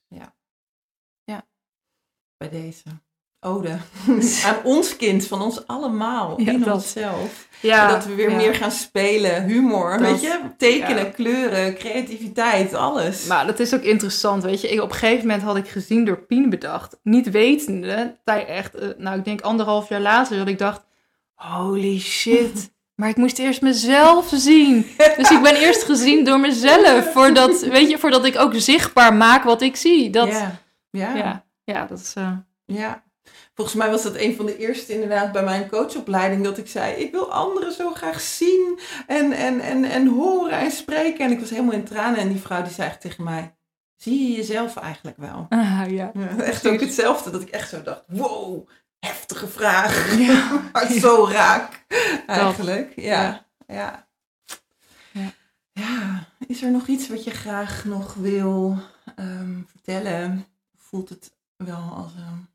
Bij deze ode aan ons kind, van ons allemaal, Ja, in dat. onszelf. Ja, En dat we weer ja. meer gaan spelen, humor, Dat- weet je, tekenen, ja. kleuren, creativiteit, alles. Maar dat is ook interessant, weet je. Ik, op een gegeven moment had ik gezien door Pien bedacht. Niet wetende, tij- echt, eh, nou ik denk anderhalf jaar later, dat ik dacht, holy shit. Maar ik moest eerst mezelf zien. Dus ik ben eerst gezien door mezelf. Voordat, weet je, voordat ik ook zichtbaar maak wat ik zie. Dat, ja. ja, ja. Ja, ja, dat is... eh, Ja, volgens mij was dat een van de eerste inderdaad bij mijn coachopleiding dat ik zei, ik wil anderen zo graag zien en, en, en, en horen en spreken. En ik was helemaal in tranen en die vrouw die zei echt tegen mij, zie je jezelf eigenlijk wel? ah, ja. Ja, echt ook hetzelfde, dat ik echt zo dacht, wow, heftige vraag, Ja. maar zo raak eigenlijk. Ja, ja. Ja. Ja, is er nog iets wat je graag nog wil um, vertellen? Voelt het wel als een...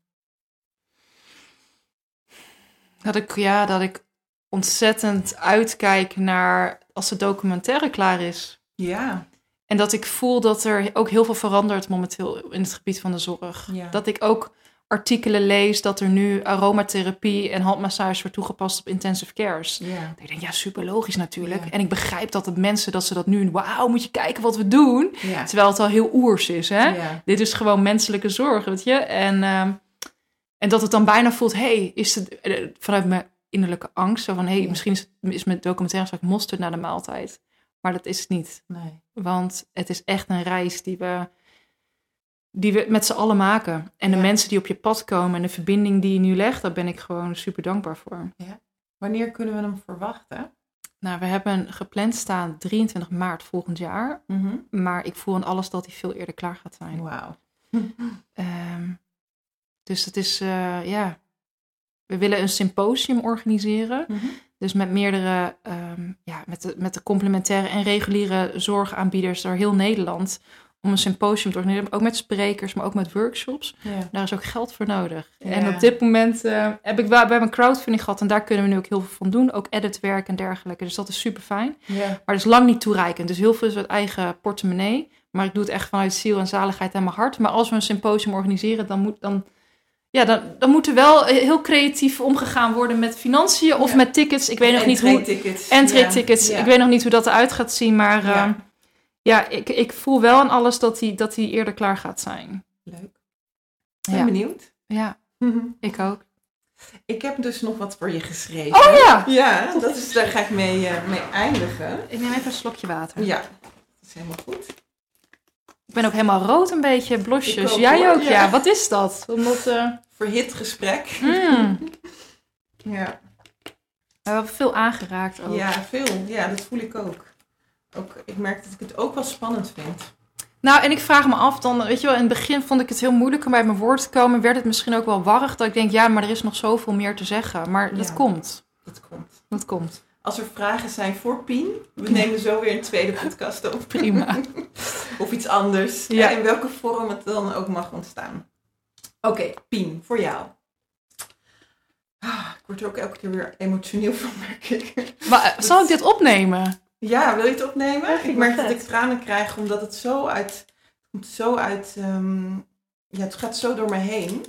Dat ik, ja, dat ik ontzettend uitkijk naar als de documentaire klaar is. Ja. En dat ik voel dat er ook heel veel verandert momenteel in het gebied van de zorg. Ja. Dat ik ook artikelen lees dat er nu aromatherapie en handmassage wordt toegepast op intensive cares. Ja. Ik denk, ja, super logisch natuurlijk. Ja. En ik begrijp dat de mensen, dat ze dat nu, wauw, moet je kijken wat we doen. Ja. Terwijl het al heel oers is, hè. Ja. Dit is gewoon menselijke zorg, weet je. En, uh, en dat het dan bijna voelt, hé, hey, is het uh, vanuit mijn innerlijke angst, zo van, hé, hey, Ja. misschien misschien is, is met documentaire straks mosterd na de maaltijd. Maar dat is het niet. Nee. Want het is echt een reis die we, die we met z'n allen maken. En de Ja. mensen die op je pad komen en de verbinding die je nu legt, daar ben ik gewoon super dankbaar voor. Wanneer kunnen we hem verwachten? Nou, we hebben gepland staan drieëntwintig maart volgend jaar. Mm-hmm. Maar ik voel aan alles dat hij veel eerder klaar gaat zijn. Wauw. Um, dus dat is, uh, ja... We willen een symposium organiseren. Mm-hmm. Dus met meerdere, um, ja, met de, met de complementaire en reguliere zorgaanbieders door heel Nederland. Om een symposium te organiseren. Ook met sprekers, maar ook met workshops. Ja. Daar is ook geld voor nodig. Ja. En op dit moment uh, heb ik bij mijn crowdfunding gehad. En daar kunnen we nu ook heel veel van doen. Ook editwerk en dergelijke. Dus dat is super fijn. Ja. Maar dat is lang niet toereikend. Dus heel veel is uit eigen portemonnee. Maar ik doe het echt vanuit ziel en zaligheid en mijn hart. Maar als we een symposium organiseren, dan moet dan... Ja, dan, dan moet er wel heel creatief omgegaan worden met financiën of ja. met tickets. Ik weet nog niet hoe... Tickets. Entree-tickets. Ja. Ik weet nog niet hoe dat eruit gaat zien. Maar ja, uh, ja ik, ik voel wel aan alles dat die, dat die eerder klaar gaat zijn. Leuk. Ik ben ja. benieuwd. Ja, mm-hmm. Ik ook. Ik heb dus nog wat voor je geschreven. Oh ja! Ja, dat is, daar ga ik mee, uh, mee eindigen. Ik neem even een slokje water. Ja, dat is helemaal goed. Ik ben ook helemaal rood een beetje, blosjes. Ook, Jij hoor. ook, ja. ja. Wat is dat? Omdat, uh... Verhit gesprek. Mm. Ja. We hebben veel aangeraakt ook. Ja, veel. Ja, dat voel ik ook. ook. Ik merk dat ik het ook wel spannend vind. Nou, en ik vraag me af dan, weet je wel, in het begin vond ik het heel moeilijk om bij mijn woord te komen. Werd het misschien ook wel warrig dat ik denk, ja, maar er is nog zoveel meer te zeggen. Maar dat ja, komt. Dat komt. Dat komt. Als er vragen zijn voor Pien, we nemen zo weer een tweede podcast op. Prima. Of iets anders. Ja. In welke vorm het dan ook mag ontstaan. Oké, okay, Pien, voor jou. Ah, ik word er ook elke keer weer emotioneel van, merk ik. Maar dat... zal ik dit opnemen? Ja, wil je het opnemen? Ja, ik merk dat ik tranen krijg, omdat het zo uit... Het komt zo uit... Um, ja, het gaat zo door me heen.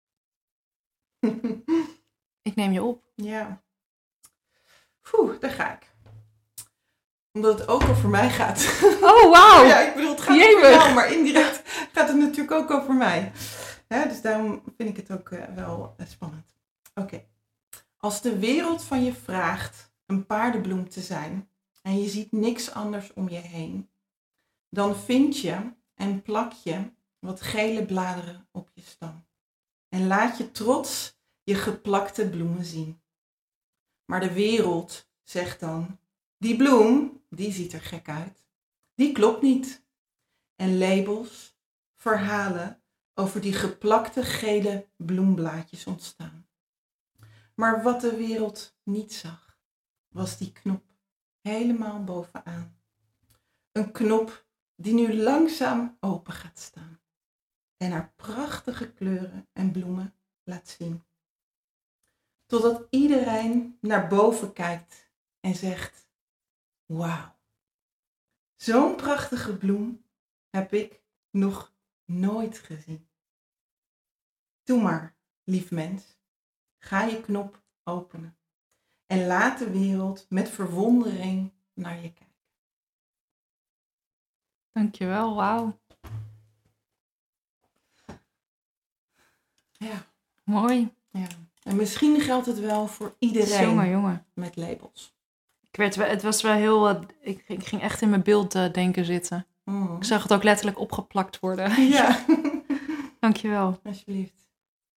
Ik neem je op. Ja. Oeh, daar ga ik. Omdat het ook over mij gaat. Oh, wauw. Ja, ik bedoel, het gaat Jemig. over jou, maar indirect gaat het natuurlijk ook over mij. Ja, dus daarom vind ik het ook uh, wel uh, spannend. Oké. Okay. Als de wereld van je vraagt een paardenbloem te zijn en je ziet niks anders om je heen, dan vind je en plak je wat gele bladeren op je stam. En laat je trots je geplakte bloemen zien. Maar de wereld zegt dan, die bloem, die ziet er gek uit. Die klopt niet. En labels, verhalen over die geplakte gele bloemblaadjes ontstaan. Maar wat de wereld niet zag, was die knop helemaal bovenaan. Een knop die nu langzaam open gaat staan. En haar prachtige kleuren en bloemen laat zien. Totdat iedereen naar boven kijkt en zegt, wauw, zo'n prachtige bloem heb ik nog nooit gezien. Doe maar, lief mens, ga je knop openen en laat de wereld met verwondering naar je kijken. Dankjewel, wauw. Ja. Mooi. Ja. En misschien geldt het wel voor iedereen jongen, jongen. met labels. Ik werd, het was wel heel, uh, ik, ik ging echt in mijn beeld uh, denken zitten. Mm. Ik zag het ook letterlijk opgeplakt worden. Ja. Dankjewel. Alsjeblieft.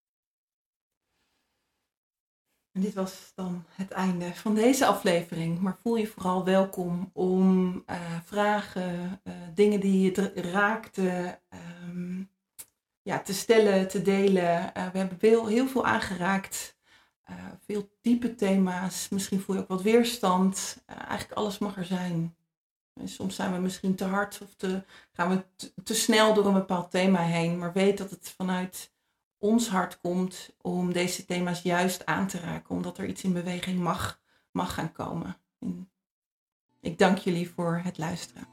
En dit was dan het einde van deze aflevering. Maar voel je vooral welkom om uh, vragen, uh, dingen die je raakten, um, ja, te stellen, te delen. Uh, we hebben heel, heel veel aangeraakt. Uh, veel diepe thema's. Misschien voel je ook wat weerstand. Uh, eigenlijk alles mag er zijn. En soms zijn we misschien te hard of te, gaan we te, te snel door een bepaald thema heen. Maar weet dat het vanuit ons hart komt om deze thema's juist aan te raken. Omdat er iets in beweging mag, mag gaan komen. En ik dank jullie voor het luisteren.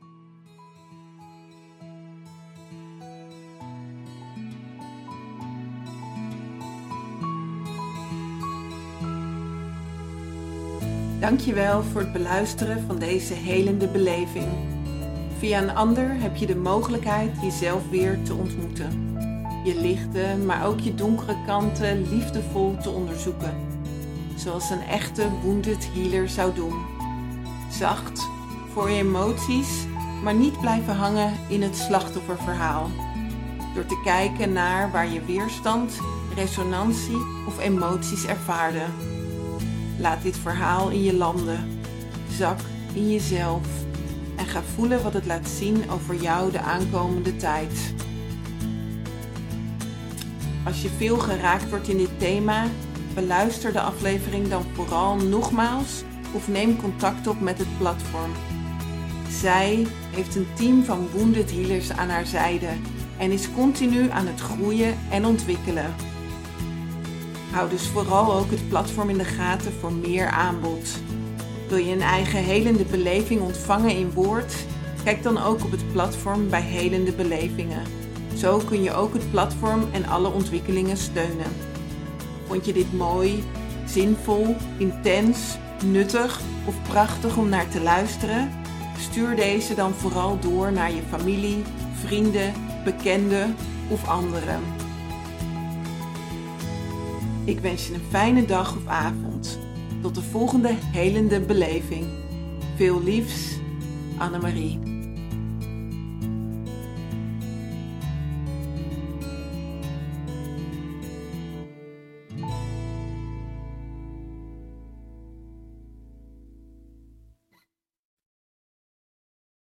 Dankjewel voor het beluisteren van deze helende beleving. Via een ander heb je de mogelijkheid jezelf weer te ontmoeten. Je lichte, maar ook je donkere kanten liefdevol te onderzoeken. Zoals een echte wounded healer zou doen. Zacht, voor je emoties, maar niet blijven hangen in het slachtofferverhaal. Door te kijken naar waar je weerstand, resonantie of emoties ervaarde. Laat dit verhaal in je landen. Zak in jezelf. En ga voelen wat het laat zien over jou de aankomende tijd. Als je veel geraakt wordt in dit thema, beluister de aflevering dan vooral nogmaals of neem contact op met het platform. Zij heeft een team van wounded healers aan haar zijde en is continu aan het groeien en ontwikkelen. Hou dus vooral ook het platform in de gaten voor meer aanbod. Wil je een eigen helende beleving ontvangen in woord? Kijk dan ook op het platform bij Helende Belevingen. Zo kun je ook het platform en alle ontwikkelingen steunen. Vond je dit mooi, zinvol, intens, nuttig of prachtig om naar te luisteren? Stuur deze dan vooral door naar je familie, vrienden, bekenden of anderen. Ik wens je een fijne dag of avond. Tot de volgende helende beleving. Veel liefs, Annemarie.